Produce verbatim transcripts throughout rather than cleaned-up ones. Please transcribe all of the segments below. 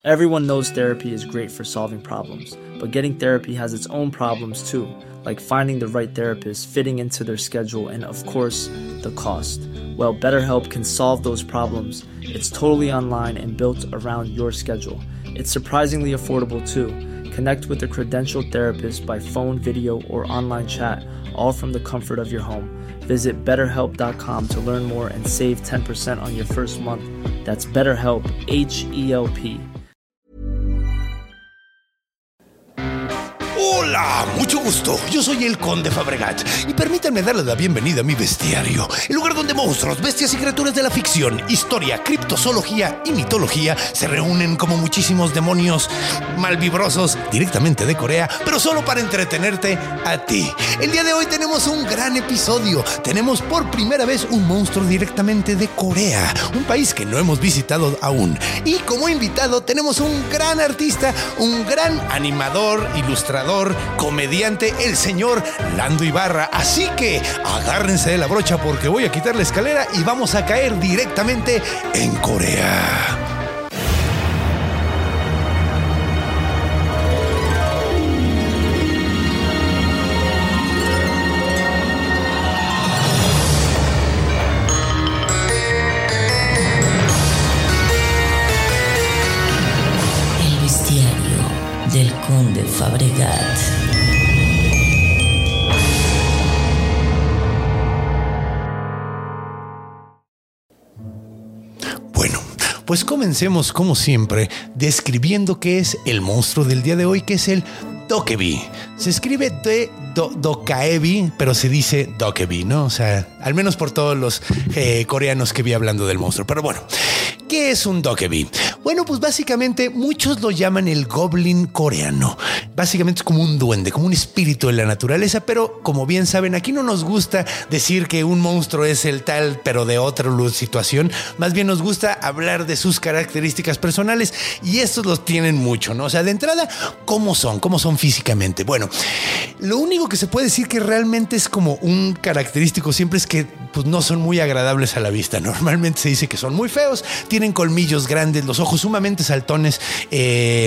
Everyone knows therapy is great for solving problems, but getting therapy has its own problems too, like finding the right therapist, fitting into their schedule, and of course, the cost. Well, BetterHelp can solve those problems. It's totally online and built around your schedule. It's surprisingly affordable too. Connect with a credentialed therapist by phone, video, or online chat, all from the comfort of your home. Visit better help dot com to learn more and save ten percent on your first month. That's BetterHelp, H E L P. Hola, mucho gusto. Yo soy el Conde Fabregat y permítanme darles la bienvenida a mi bestiario, el lugar donde monstruos, bestias y criaturas de la ficción, historia, criptozoología y mitología se reúnen como muchísimos demonios malvibrosos directamente de Corea, pero solo para entretenerte a ti. El día de hoy tenemos un gran episodio. Tenemos por primera vez un monstruo directamente de Corea, un país que no hemos visitado aún. Y como invitado tenemos un gran artista, un gran animador, ilustrador, comediante, el señor Lando Ibarra. Así que agárrense de la brocha porque voy a quitar la escalera y vamos a caer directamente en Corea. El bestiario del Conde Fabregat. Bueno, pues comencemos como siempre describiendo qué es el monstruo del día de hoy, que es el Dokebi. Se escribe de do, Dokaebi, pero se dice Dokebi, ¿no? O sea, al menos por todos los eh, coreanos que vi hablando del monstruo. Pero bueno, ¿qué es un Dokebi? Bueno, pues básicamente muchos lo llaman el goblin coreano. Básicamente es como un duende, como un espíritu de la naturaleza, pero como bien saben, aquí no nos gusta decir que un monstruo es el tal, pero de otra situación. Más bien nos gusta hablar de sus características personales y estos los tienen mucho, ¿no? O sea, de entrada, ¿cómo son? ¿Cómo son físicamente? Bueno, lo único que se puede decir que realmente es como un característico siempre es que pues, no son muy agradables a la vista. Normalmente se dice que son muy feos, tienen colmillos grandes, los ojos sumamente saltones, eh,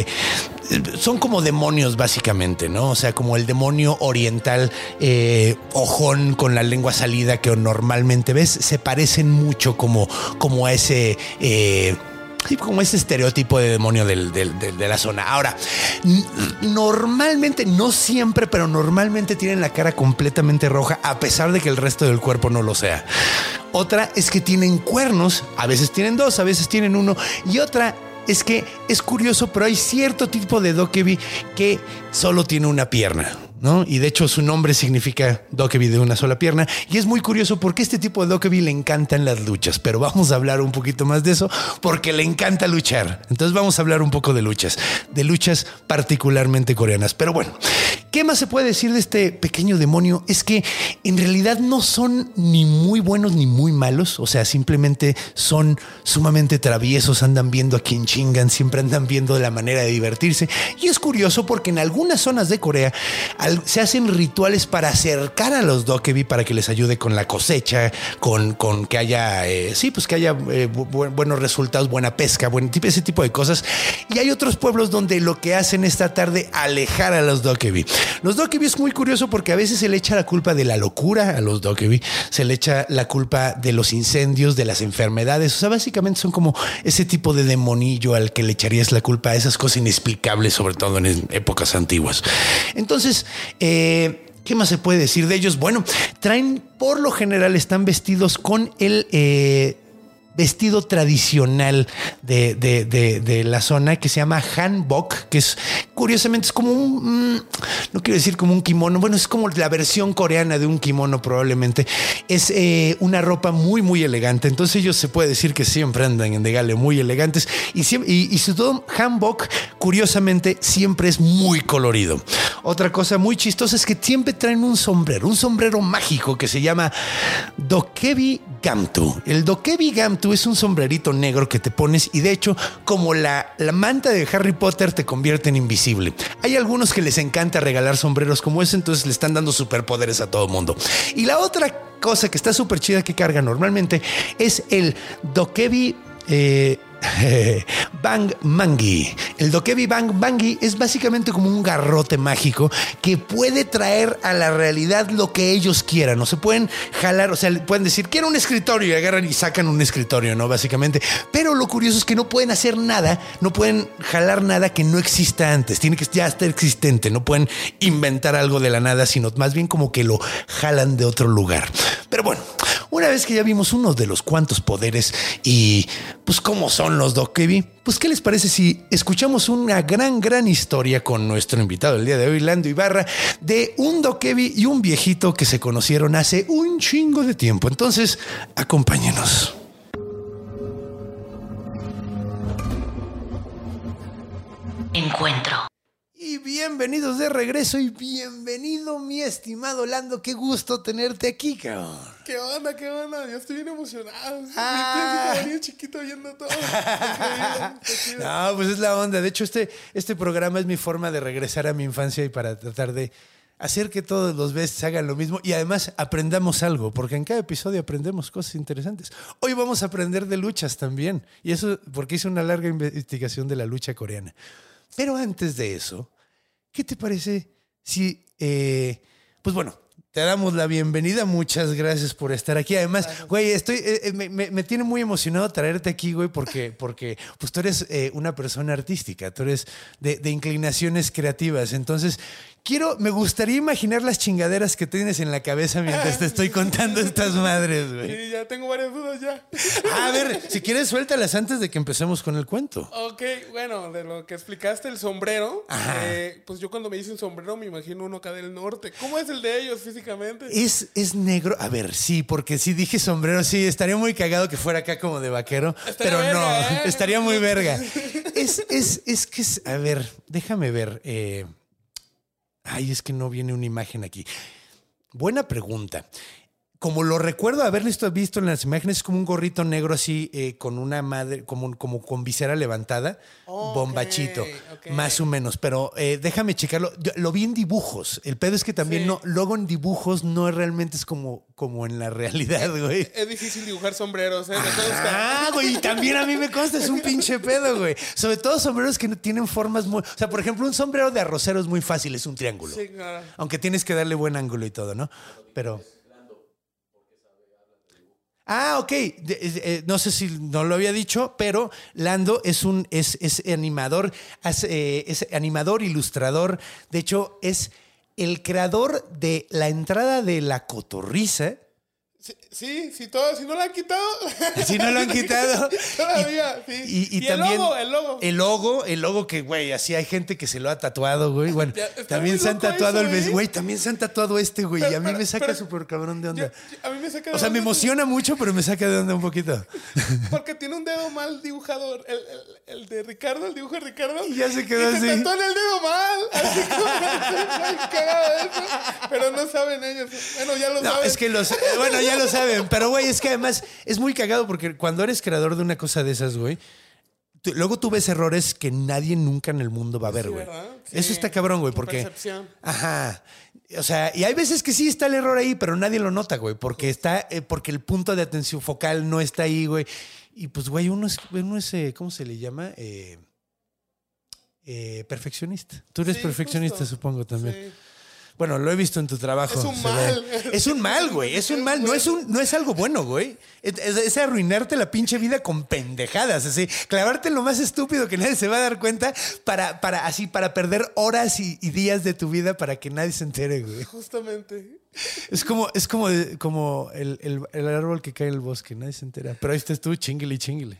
son como demonios básicamente, ¿no? O sea, como el demonio oriental, eh, ojón con la lengua salida que normalmente ves, se parecen mucho como, como a ese... Eh, como ese estereotipo de demonio del, del, del, de la zona. Ahora, n- normalmente, no siempre, pero normalmente tienen la cara completamente roja, a pesar de que el resto del cuerpo no lo sea. Otra es que tienen cuernos, a veces tienen dos, a veces tienen uno, y otra es que es curioso, pero hay cierto tipo de Dokebi que solo tiene una pierna, ¿no? Y de hecho su nombre significa Dokebi de una sola pierna. Y es muy curioso porque este tipo de Dokebi le encantan las luchas. Pero vamos a hablar un poquito más de eso porque le encanta luchar. Entonces vamos a hablar un poco de luchas. De luchas particularmente coreanas. Pero bueno, ¿qué más se puede decir de este pequeño demonio? Es que en realidad no son ni muy buenos ni muy malos. O sea, simplemente son sumamente traviesos. Andan viendo a quien chingan. Siempre andan viendo la manera de divertirse. Y es curioso porque en algunas zonas de Corea se hacen rituales para acercar a los Dokebi para que les ayude con la cosecha, con, con que haya, eh, sí, pues que haya eh, bu- buenos resultados, buena pesca, buen, ese tipo de cosas. Y hay otros pueblos donde lo que hacen es tratar de alejar a los Dokebi. Los Dokebi es muy curioso porque a veces se le echa la culpa de la locura a los Dokebi, se le echa la culpa de los incendios, de las enfermedades. O sea, básicamente son como ese tipo de demonillo al que le echarías la culpa a esas cosas inexplicables, sobre todo en épocas antiguas. Entonces, Eh, ¿qué más se puede decir de ellos? Bueno, traen, por lo general, están vestidos con el eh, vestido tradicional de, de, de, de la zona que se llama hanbok, que es curiosamente es como un, mmm, no quiero decir como un kimono, bueno, es como la versión coreana de un kimono probablemente. Es eh, una ropa muy, muy elegante. Entonces ellos se puede decir que siempre andan en de gale muy elegantes y, y, y su todo hanbok, curiosamente, siempre es muy colorido. Otra cosa muy chistosa es que siempre traen un sombrero, un sombrero mágico que se llama Dokebi Gamtu. El Dokebi Gamtu es un sombrerito negro que te pones y de hecho, como la, la manta de Harry Potter te convierte en invisible. Hay algunos que les encanta regalar sombreros como ese, entonces le están dando superpoderes a todo mundo. Y la otra cosa que está súper chida que carga normalmente es el Dokebi eh, Bang Mangi. El Dokebi Bang Mangi es básicamente como un garrote mágico que puede traer a la realidad lo que ellos quieran. O se pueden jalar, o sea, pueden decir, quiero un escritorio y agarran y sacan un escritorio, ¿no? Básicamente. Pero lo curioso es que no pueden hacer nada, no pueden jalar nada que no exista antes. Tiene que ya estar existente. No pueden inventar algo de la nada, sino más bien como que lo jalan de otro lugar. Pero bueno, una vez que ya vimos uno de los cuantos poderes y pues cómo son los Dokebi, pues ¿qué les parece si escuchamos una gran, gran historia con nuestro invitado el día de hoy, Lando Ibarra, de un Dokebi y un viejito que se conocieron hace un chingo de tiempo? Entonces, acompáñenos. Encuentro. Y bienvenidos de regreso y bienvenido, mi estimado Lando. Qué gusto tenerte aquí, cabrón. ¿Qué onda? ¿Qué onda? Yo estoy bien emocionado. Ah. Me estoy así chiquito viendo todo. No, pues es la onda. De hecho, este, este programa es mi forma de regresar a mi infancia y para tratar de hacer que todos los veces hagan lo mismo y además aprendamos algo, porque en cada episodio aprendemos cosas interesantes. Hoy vamos a aprender de luchas también. Y eso porque hice una larga investigación de la lucha coreana. Pero antes de eso, ¿qué te parece si, eh, pues bueno, te damos la bienvenida? Muchas gracias por estar aquí. Además, güey, estoy, eh, me, me, me tiene muy emocionado traerte aquí, güey, porque, porque pues tú eres eh, una persona artística, tú eres de, de inclinaciones creativas. Entonces, quiero, me gustaría imaginar las chingaderas que tienes en la cabeza mientras te estoy contando estas madres, güey. Sí, ya tengo varias dudas ya. A ver, si quieres, suéltalas antes de que empecemos con el cuento. Ok, bueno, de lo que explicaste, el sombrero, eh, pues yo cuando me dicen sombrero me imagino uno acá del norte. ¿Cómo es el de ellos físicamente? Es, es negro. A ver, sí, porque si dije sombrero, sí, estaría muy cagado que fuera acá como de vaquero, Estaría pero verga, no, ¿eh? estaría muy verga. Es, es, es que, es, a ver, déjame ver. Eh, ay, es que no viene una imagen aquí. Buena pregunta. Como lo recuerdo haber visto, visto en las imágenes, es como un gorrito negro así, eh, con una madre, como, como con visera levantada, Oh, bombachito, ok, ok. más o menos. Pero eh, déjame checarlo. Yo lo vi en dibujos. El pedo es que también Sí. no, luego en dibujos no realmente es como, como en la realidad, güey. Es difícil dibujar sombreros, ¿eh? Me consta. Ah, güey, y también a mí me consta, es un pinche pedo, güey. Sobre todo sombreros que no tienen formas muy... O sea, por ejemplo, un sombrero de arrocero es muy fácil, es un triángulo. Sí, claro. Aunque tienes que darle buen ángulo y todo, ¿no? Pero... Ah, ok. De, de, no sé si no lo había dicho, pero Lando es un es, es animador, es, eh, es animador, ilustrador. De hecho, es el creador de la entrada de La Cotorrisa. Sí, sí, sí, todo, si no lo han quitado. Si no lo han quitado. Todavía, y, sí. Y, y, Y también el logo, el logo. El logo, el logo que, güey, así hay gente que se lo ha tatuado, güey. Bueno, Ya, está también muy se han loco tatuado eso, el ¿eh? güey, también se han tatuado este, güey. Y a mí Pero- me saca pero- súper cabrón de onda. Yo- yo- a mí me saca de O sea, me onda emociona mucho, pero me saca de onda un poquito. porque tiene un dedo mal dibujado. El, el, el de Ricardo, el dibujo de Ricardo. Y ya se quedó y así. Se tatuó en el dedo mal. Así como estoy muy cagado de eso. Pero no saben ellos. Bueno, ya lo No, saben. es que los... Bueno, ya lo saben. Pero, güey, es que además es muy cagado porque cuando eres creador de una cosa de esas, güey, tú- luego tú ves errores que nadie nunca en el mundo va a ver, Sí, güey. ¿verdad? Sí. Eso está cabrón, güey, Tu porque... percepción. Ajá. O sea, y hay veces que sí está el error ahí, pero nadie lo nota, güey, porque está, eh, porque el punto de atención focal no está ahí, güey. Y pues, güey, uno es, uno es eh, ¿cómo se le llama? Eh, eh, perfeccionista. Tú eres Sí, perfeccionista, justo. supongo, también. Sí. Bueno, lo he visto en tu trabajo. Es un se mal. ve. Es un mal, güey. Es un mal. No es, un, no es algo bueno, güey. Es, es- es arruinarte la pinche vida con pendejadas. Así, clavarte en lo más estúpido que nadie se va a dar cuenta para, para, así, para perder horas y, y días de tu vida para que nadie se entere, güey. Justamente. Es como, es como, de- como el, el, el árbol que cae en el bosque. Nadie se entera. Pero ahí estás tú, chingle y chingle.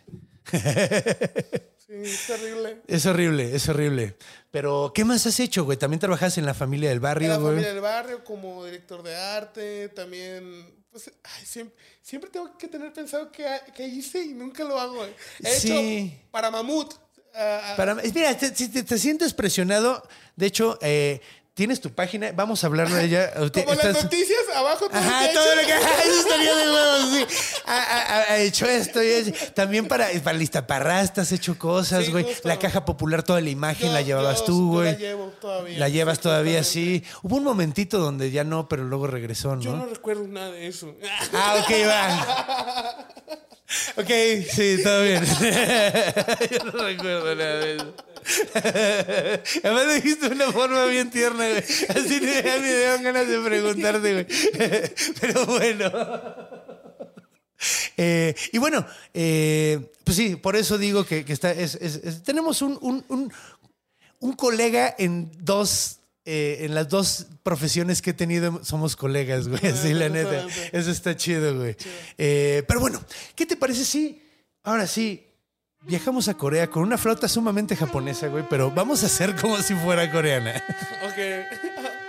Sí, es terrible. Es horrible, es horrible. Pero, ¿qué más has hecho, güey? También trabajas en la familia del En barrio, la güey. familia del barrio, como director de arte, también. Pues, ay, siempre, siempre tengo que tener pensado qué, qué hice y nunca lo hago. He Sí. hecho para Mamut. ah, Para, mira, te- si te, te sientes presionado, de hecho, eh, tienes tu página, vamos a hablar de ella. como Estás- las noticias, abajo todo Ajá, lo que he todo hecho. lo que eso estaría de huevos, sí. Ha, ha- ha hecho esto y eso. También para, para Listaparrasta has hecho cosas, Sí, güey. justo. La caja popular, toda la imagen Yo- la llevabas yo- tú, yo güey. La llevo todavía. La llevas sí, todavía, justamente. sí. Hubo un momentito donde ya no, pero luego regresó, ¿no? Yo no recuerdo nada de eso. Ah, ok, va. Ok, sí, todo bien. Yo no recuerdo nada de eso. Además lo dijiste de una forma bien tierna, güey. Así me, me dan ganas de preguntarte, güey. Pero bueno. Eh, y bueno, eh, pues sí, por eso digo que, que está, es, es, es, tenemos un, un, un, un colega en dos, eh, en las dos profesiones que he tenido, somos colegas, güey, así la neta. Eso está chido, güey. Eh, pero bueno, ¿qué te parece si ahora sí viajamos a Corea con una flauta sumamente japonesa, güey, pero vamos a hacer como si fuera coreana? Ok.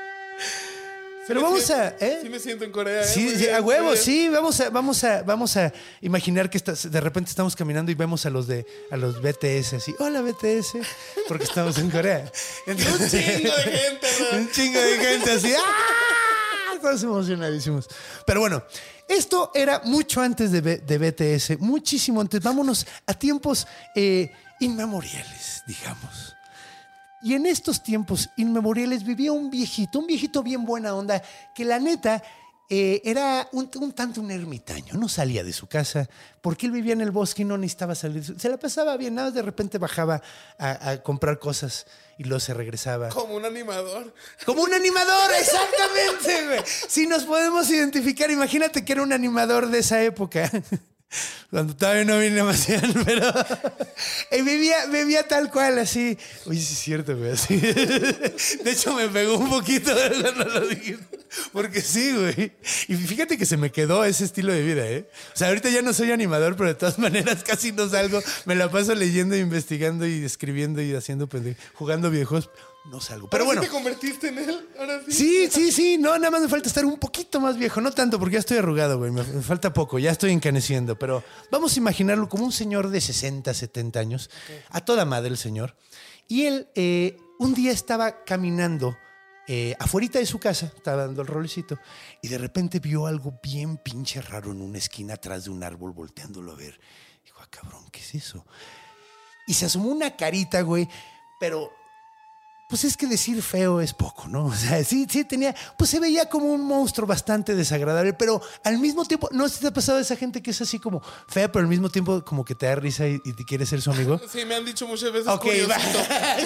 Pero sí vamos siento, a... ¿eh? Sí me siento en Corea. ¿eh? Sí, sí, a huevo, sí. Vamos a, vamos a, vamos a imaginar que estás, de repente estamos caminando y vemos a los de a los B T S así. Hola, B T S. Porque estamos en Corea. Entonces, un chingo de gente, ¿no? Un chingo de gente así. ¡Ah! Estamos emocionadísimos. Pero bueno, esto era mucho antes de, B, de B T S. Muchísimo antes. Vámonos a tiempos eh, inmemoriales, digamos. Y en estos tiempos inmemoriales vivía un viejito, un viejito bien buena onda, que la neta eh, era un, un tanto un ermitaño. No salía de su casa porque él vivía en el bosque y no necesitaba salir. Se la pasaba bien, nada más de repente bajaba a, a comprar cosas y luego se regresaba. Como un animador. Como un animador, exactamente, güey. Si nos podemos identificar, imagínate que era un animador de esa época. Cuando todavía no vine demasiado, pero eh, vivía, vivía tal cual, así. Oye, sí es cierto, güey, así. De hecho, me pegó un poquito cuando lo dijiste. Porque sí, güey. Y fíjate que se me quedó ese estilo de vida, ¿eh? O sea, ahorita ya no soy animador, pero de todas maneras casi no salgo. Me la paso leyendo, investigando y escribiendo y haciendo pendejo, jugando videojuegos. No salgo. Pero bueno. ¿Te convertiste en él? Ahora sí. Sí, sí, sí. No, nada más me falta estar un poquito más viejo. No tanto, porque ya estoy arrugado, güey. Me, me falta poco. Ya estoy encaneciendo. Pero vamos a imaginarlo como un señor de sesenta, setenta años. Okay. A toda madre el señor. Y él eh, un día estaba caminando eh, afuerita de su casa. Estaba dando el rolecito. Y de repente vio algo bien pinche raro en una esquina atrás de un árbol, volteándolo a ver. Dijo, ah, cabrón, ¿qué es eso? Y se asomó una carita, güey. Pero... pues es que decir feo es poco, ¿no? O sea, sí, sí tenía, pues se veía como un monstruo bastante desagradable, pero al mismo tiempo, ¿no se te ha pasado esa gente que es así como fea, pero al mismo tiempo como que te da risa y, y te quiere ser su amigo? Sí, me han dicho muchas veces Ok, curiosito.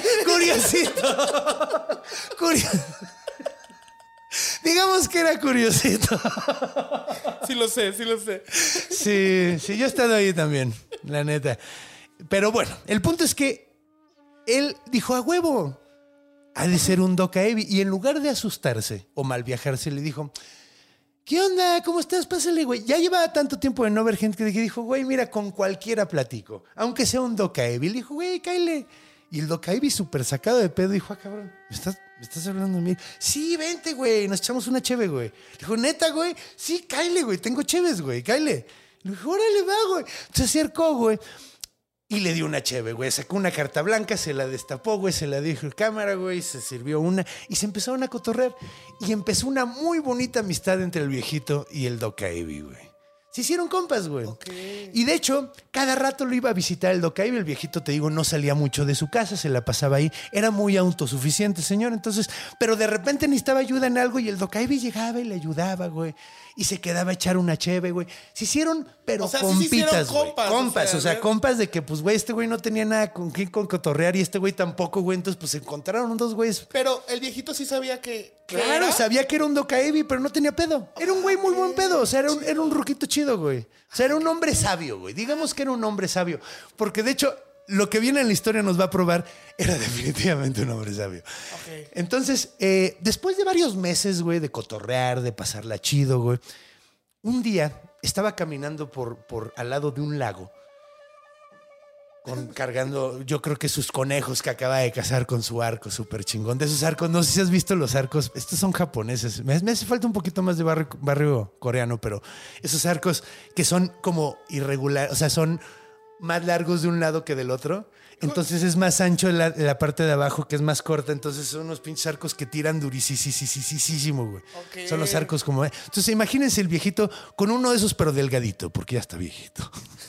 Curiosito. Curiosito. Digamos que era curiosito. Sí lo sé, sí lo sé. Sí, sí, yo he estado ahí también, la neta. Pero bueno, el punto es que él dijo, a huevo, ha de ser un dokaebi. Y en lugar de asustarse o mal viajarse, le dijo, ¿qué onda? ¿Cómo estás? Pásale, güey. Ya llevaba tanto tiempo de no ver gente que dijo, güey, mira, con cualquiera platico. Aunque sea un dokaebi. Le dijo, güey, cáele. Y el dokaebi súper sacado de pedo dijo, ah, cabrón, ¿me estás, ¿me estás hablando de mí? Sí, vente, güey, nos echamos una cheve, güey. Le dijo, neta, güey, sí, cáele, güey, tengo cheves, güey, cáele. Le dijo, órale, va, güey. Se acercó, güey. Y le dio una cheve, güey. Sacó una carta blanca, se la destapó, güey, se la dijo en cámara, güey, se sirvió una y se empezaron a cotorrear. Y empezó una muy bonita amistad entre el viejito y el dokaebi, güey. Se hicieron compas, güey. Okay. Y de hecho, cada rato lo iba a visitar el dokaebi. El viejito, te digo, no salía mucho de su casa, se la pasaba ahí. Era muy autosuficiente, señor. Entonces, pero de repente necesitaba ayuda en algo y el dokaebi llegaba y le ayudaba, güey. Y se quedaba a echar una cheve, güey. Se hicieron, pero o sea, compitas, sí güey. compas, Compas, o sea, o sea compas de que, pues, güey, este güey no tenía nada con quién con cotorrear y este güey tampoco, güey. Entonces, pues, se encontraron dos güeyes. Pero el viejito sí sabía que... Claro, era? sabía que era un dokaebi, pero no tenía pedo. Era un güey muy buen pedo. O sea, era un, era un ruquito chido, güey. O sea, era un hombre sabio, güey. Digamos que era un hombre sabio. Porque, de hecho, lo que viene en la historia nos va a probar, era definitivamente un hombre sabio. Okay. Entonces, eh, después de varios meses, güey, de cotorrear, de pasarla chido, güey, un día estaba caminando por, por al lado de un lago, con, cargando, yo creo que sus conejos que acaba de cazar con su arco súper chingón. De esos arcos, no sé si has visto los arcos, estos son japoneses. Me, me hace falta un poquito más de barrio, barrio coreano, pero esos arcos que son como irregulares, o sea, son más largos de un lado que del otro. Entonces es más ancho la, la parte de abajo, que es más corta. Entonces son unos pinches arcos que tiran durísimo, güey. Okay. Son los arcos como... Entonces imagínense el viejito con uno de esos, pero delgadito, porque ya está viejito.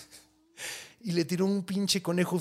Y le tiró un pinche conejo.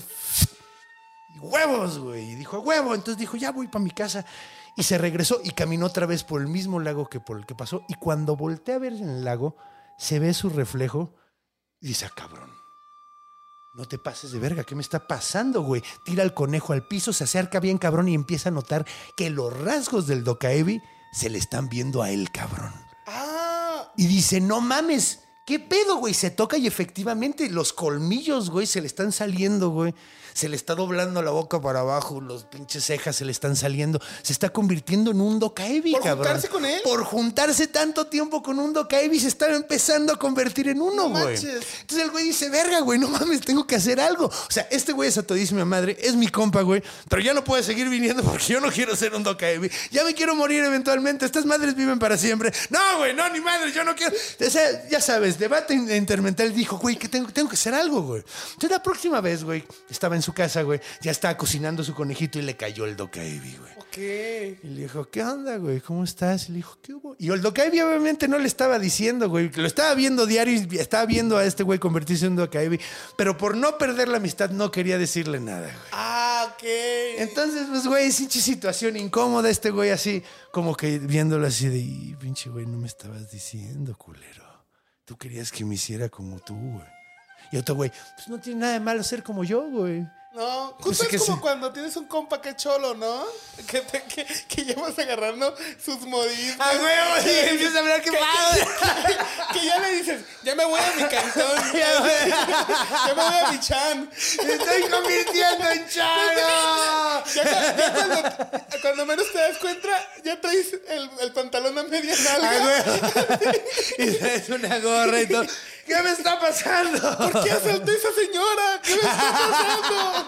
Y huevos, güey. Y dijo, huevo. Entonces dijo, ya voy para mi casa. Y se regresó y caminó otra vez por el mismo lago que por el que pasó. Y cuando voltea a ver en el lago, se ve su reflejo Y dice, ah, cabrón, no te pases de verga, ¿qué me está pasando, güey? Tira al conejo al piso, se acerca bien cabrón y empieza a notar que los rasgos del Dokaebi se le están viendo a él, cabrón. Ah. Y dice, no mames, ¿qué pedo, güey? Se toca y efectivamente los colmillos, güey, se le están saliendo, güey. Se le está doblando la boca para abajo, los pinches cejas se le están saliendo. Se está convirtiendo en un Dokaebi, cabrón. ¿Por juntarse con él? Por juntarse tanto tiempo con un Dokaebi se está empezando a convertir en uno, No güey. manches. Entonces el güey dice, verga, güey, no mames, tengo que hacer algo. O sea, este güey es a todísima madre, es mi compa, güey, pero ya no puede seguir viniendo porque yo no quiero ser un Dokaebi. Ya me quiero morir eventualmente. Estas madres viven para siempre. No, güey, no, ni madre, yo no quiero. O sea, ya sabes, debate intermental dijo, güey, que tengo, tengo que hacer algo, güey. Entonces la próxima vez, güey, estaba en su casa, güey, ya estaba cocinando su conejito y le cayó el Dokaebi, güey. Ok. Y le dijo, ¿qué onda, güey? ¿Cómo estás? Y le dijo, ¿qué hubo? Y el Dokaebi obviamente no le estaba diciendo, güey, que lo estaba viendo diario y estaba viendo a este güey convertirse en un Dokaebi, pero por no perder la amistad no quería decirle nada, güey. Ah, ok. Entonces, pues, güey, es pinche situación incómoda este güey así, como que viéndolo así de, "Y, pinche güey, no me estabas diciendo, culero. Tú querías que me hiciera como tú, güey." Y otro güey, pues no tiene nada de malo ser como yo, güey. No, Pues justo es que es como sí. cuando tienes un compa que es cholo, ¿no? Que, te, que, que llevas agarrando sus modismos. ¡A huevo! Y empieza a hablar, ¿qué pasa? Que, que ya le dices, ya me voy a mi cantón. Ya me voy a mi chan. ¡Me estoy convirtiendo en charo! Ya, ya cuando, cuando menos te das cuenta, ya traes el, el pantalón a media nalga. ¡A huevo! Y traes una gorra y todo. ¿Qué me está pasando? ¿Por qué asalté a esa señora? ¿Qué me está pasando?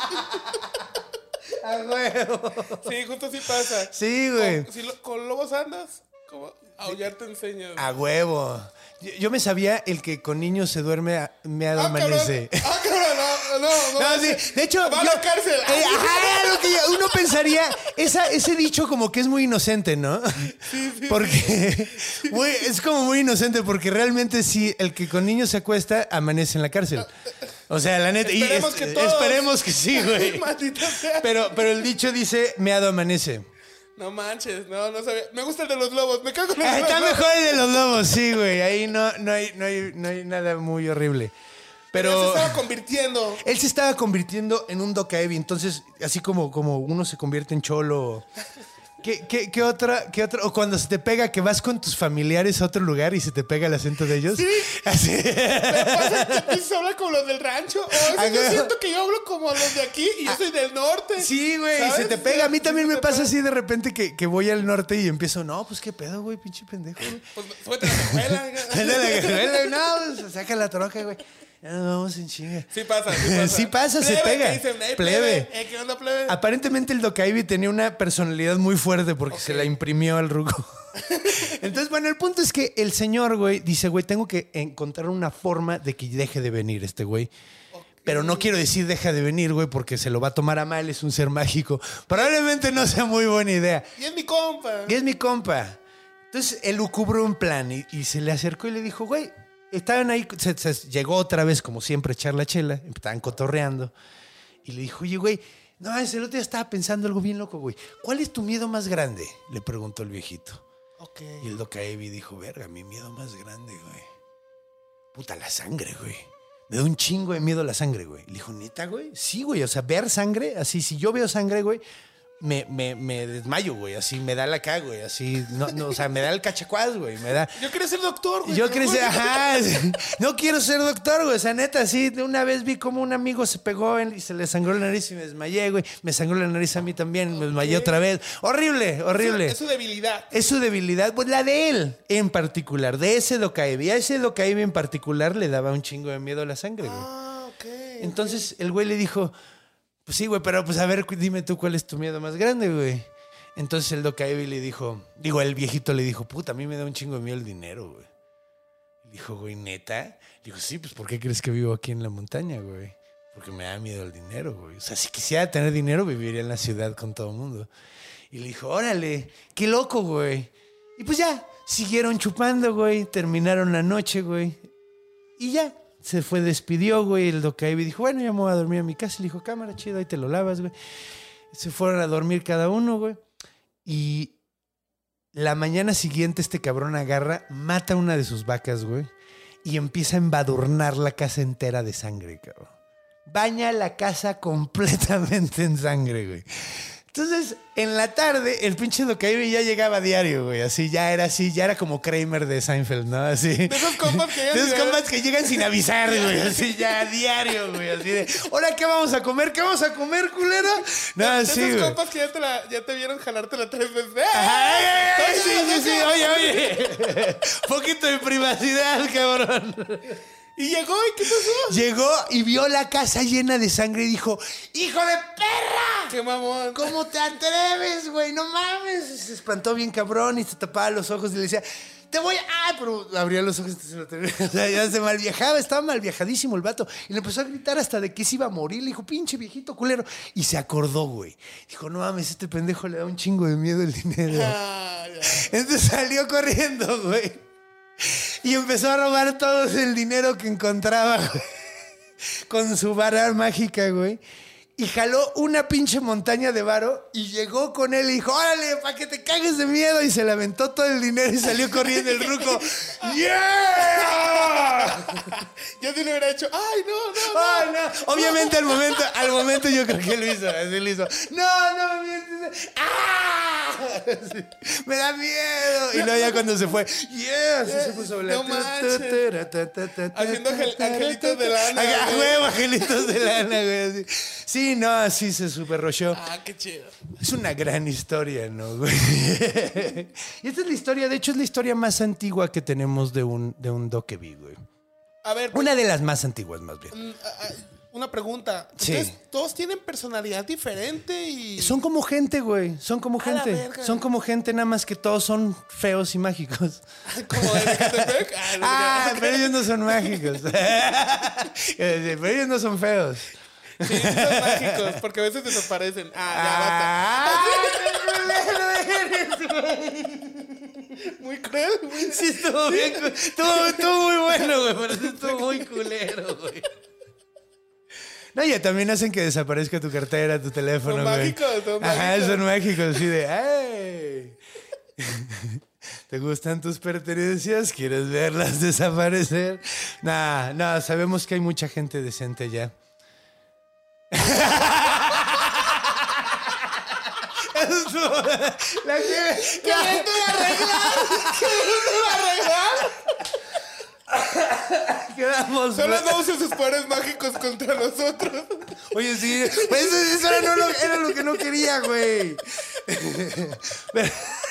¡A huevo! Sí, justo así pasa. Sí, güey. Con, si lo- con lobos andas, como aullar te enseño. A huevo. Yo, yo me sabía el que con niños se duerme, a- me Ah, amanece. cabrón. Ah, cabrón, no, no, no. No, sí. De hecho, va a yo- la cárcel. eh, ajá, lo que yo- uno pensaría, esa, ese dicho como que es muy inocente, ¿no? Porque muy- es como muy inocente, porque realmente sí, el que con niños se acuesta amanece en la cárcel. O sea, la neta. y Esperemos es- que todos. esperemos que sí, güey. Maldita sea. Pero, pero el dicho dice, meado amanece. No manches, no, no sabía. Me gusta el de los lobos, me cago en los Ah, está lobos. mejor el de los lobos, sí, güey. Ahí no, no, hay, no, hay, no hay nada muy horrible. Pero Pero se estaba convirtiendo. él se estaba convirtiendo en un Dokaebi. Entonces, así como, como uno se convierte en cholo. ¿Qué, qué, qué otra, qué otra? O cuando se te pega que vas con tus familiares a otro lugar y se te pega el acento de ellos. Sí. Así. Me pasa que empiezas a hablar como los del rancho. O a veces yo Ajá. siento que yo hablo como los de aquí y yo soy del norte. Sí, güey, ¿Sabes? se te pega. A mí Sí, también sí me te pasa pega. así de repente que, que voy al norte y empiezo, no, pues qué pedo, güey, pinche pendejo, güey. Pues súbete a la escuela. Dale la cajuela, no, pues, saca la troca, güey. Ya nos vamos en chinga. Sí pasa, sí pasa. Sí pasa, se Plebe, pega. que dicen, "Ey, Plebe. Eh, ¿qué onda, plebe? Aparentemente el Dokaebi tenía una personalidad muy fuerte porque se la imprimió al ruco. Entonces, bueno, el punto es que el señor, güey, dice, güey, tengo que encontrar una forma de que deje de venir este güey. Pero no quiero decir deja de venir, güey, porque se lo va a tomar a mal, es un ser mágico. Probablemente no sea muy buena idea. Y es mi compa. Y es mi compa. Entonces, él lucubró un plan y, y se le acercó y le dijo, güey, estaban ahí, se, se- llegó otra vez, como siempre, a echar la chela, estaban cotorreando. Y le dijo, oye, güey, no, ese otro día estaba pensando algo bien loco, güey. ¿Cuál es tu miedo más grande? Le preguntó el viejito. Ok. Y el Dokaebi dijo, verga, mi miedo más grande, güey. Puta, la sangre, güey. Me da un chingo de miedo la sangre, güey. Le dijo, ¿neta, güey? Sí, güey. O sea, ver sangre, así, si yo veo sangre, güey, me, me, me desmayo, güey. Así, me da la caga, güey. Así, no, no, o sea, me da el cachacuás, güey. Me da... Yo quería ser doctor, güey. Yo pero quería ser, bueno. ajá, no quiero ser doctor, güey, o sea, neta, sí, de una vez vi como un amigo se pegó en- y se le sangró la nariz y me desmayé, güey, me sangró la nariz a mí también, me desmayé otra vez, horrible, horrible. Es su debilidad. Es su debilidad, pues la de él en particular, de ese Dokaebi, a ese Dokaebi en particular le daba un chingo de miedo a la sangre, güey. Ah, ok. Entonces el güey le dijo, pues sí, güey, pero pues a ver, cu- dime tú cuál es tu miedo más grande, güey. Entonces el Dokaebi le dijo, digo, el viejito le dijo, puta, a mí me da un chingo de miedo el dinero, güey. Le dijo, güey, ¿neta? Le dijo, sí, pues ¿por qué crees que vivo aquí en la montaña, güey? Porque me da miedo el dinero, güey. O sea, si quisiera tener dinero, viviría en la ciudad con todo el mundo. Y le dijo, órale, qué loco, güey. Y pues ya, siguieron chupando, güey. Terminaron la noche, güey. Y ya, se fue, despidió, güey. El Dokaebi dijo, bueno, ya me voy a dormir a mi casa. Le dijo, cámara, chido, ahí te lo lavas, güey. Se fueron a dormir cada uno, güey. Y la mañana siguiente este cabrón agarra, mata una de sus vacas, güey. y empieza a embadurnar la casa entera de sangre, cabrón. Baña la casa completamente en sangre, güey. Entonces, en la tarde, el pinche Dokebi ya llegaba a diario, güey. Así, ya era así, ya era como Kramer de Seinfeld, ¿no? Así. De esos compas que llegan, de esos compas que llegan sin avisar, güey. Así, ya a diario, güey. Así de, ¿ahora qué vamos a comer? ¿Qué vamos a comer, culero? No, de, así, de esos güey. compas que ya te, la, ya te vieron jalártela tres veces. Ajá, ay, ay, ay, ¡Eh! sí, sí, sí. Oye, oye. Poquito de privacidad, cabrón. Y llegó, ¿y qué pasó? Llegó y vio la casa llena de sangre y dijo, ¡hijo de perra! ¡Qué mamón! ¿Cómo te atreves, güey? No mames. Se espantó bien cabrón y se tapaba los ojos y le decía, te voy a... ¡Ah! Pero abría los ojos y se lo tenía. O sea, ya se malviajaba, estaba malviajadísimo el vato. Y le empezó a gritar hasta de que se iba a morir. Le dijo, pinche viejito culero. Y se acordó, güey. Dijo, no mames, este pendejo le da un chingo de miedo el dinero. Ah, ya. Entonces salió corriendo, güey. Y empezó a robar todo el dinero que encontraba, güey, con su vara mágica, güey. Y jaló una pinche montaña de varo y llegó con él y dijo, órale, para que te cagues de miedo. Y se le aventó todo el dinero y salió corriendo el ruco. ¡Yeah! Yo sí le hubiera hecho, ¡ay, no, no, no! Ay, no. Obviamente al momento, al momento yo creo que lo hizo. Así lo hizo. No, no me mientes. ¡Ah! Sí. Me da miedo. Y luego ya cuando se fue, ¡yeah! Así se puso a hablar. No manches. Haciendo angel- angelitos de lana, Ah, güey. huevo, angelitos de lana, güey. Así. Sí, no, así se super rochó. Ah, qué chido. Es una gran historia, ¿no, güey? Y esta es la historia, de hecho es la historia más antigua que tenemos de un, de un Dokebi, güey. A ver, Una de las más antiguas, más bien. mm, ah, ah, una pregunta. Sí. Entonces, todos tienen personalidad diferente y... Son como gente, güey. Son como A la gente. verga. Son como gente, nada más que todos son feos y mágicos. Como de Ecatepec. Ah, no, Ah, ya. pero ellos no son mágicos. Pero ellos no son feos. Sí, sí son mágicos, porque a veces desaparecen. Ah, ya basta. Ah, Muy cruel, muy... sí, estuvo bien. cu- Estuvo, estuvo muy bueno, güey. Pero sí estuvo muy culero, güey. No, ya también hacen que desaparezca tu cartera, tu teléfono, Son güey. mágicos, son Ajá, mágicos. son mágicos, así de, ¡ay! ¿Te gustan tus pertenencias? ¿Quieres verlas desaparecer? Nah, no, sabemos que hay mucha gente decente ya. La que... ¿Qué vente a arreglar? ¿Qué vente a arreglar? Quedamos... Solo no usen sus poderes mágicos contra nosotros. Oye, sí, pues eso, eso era, no lo, era lo que no quería, güey. Pero,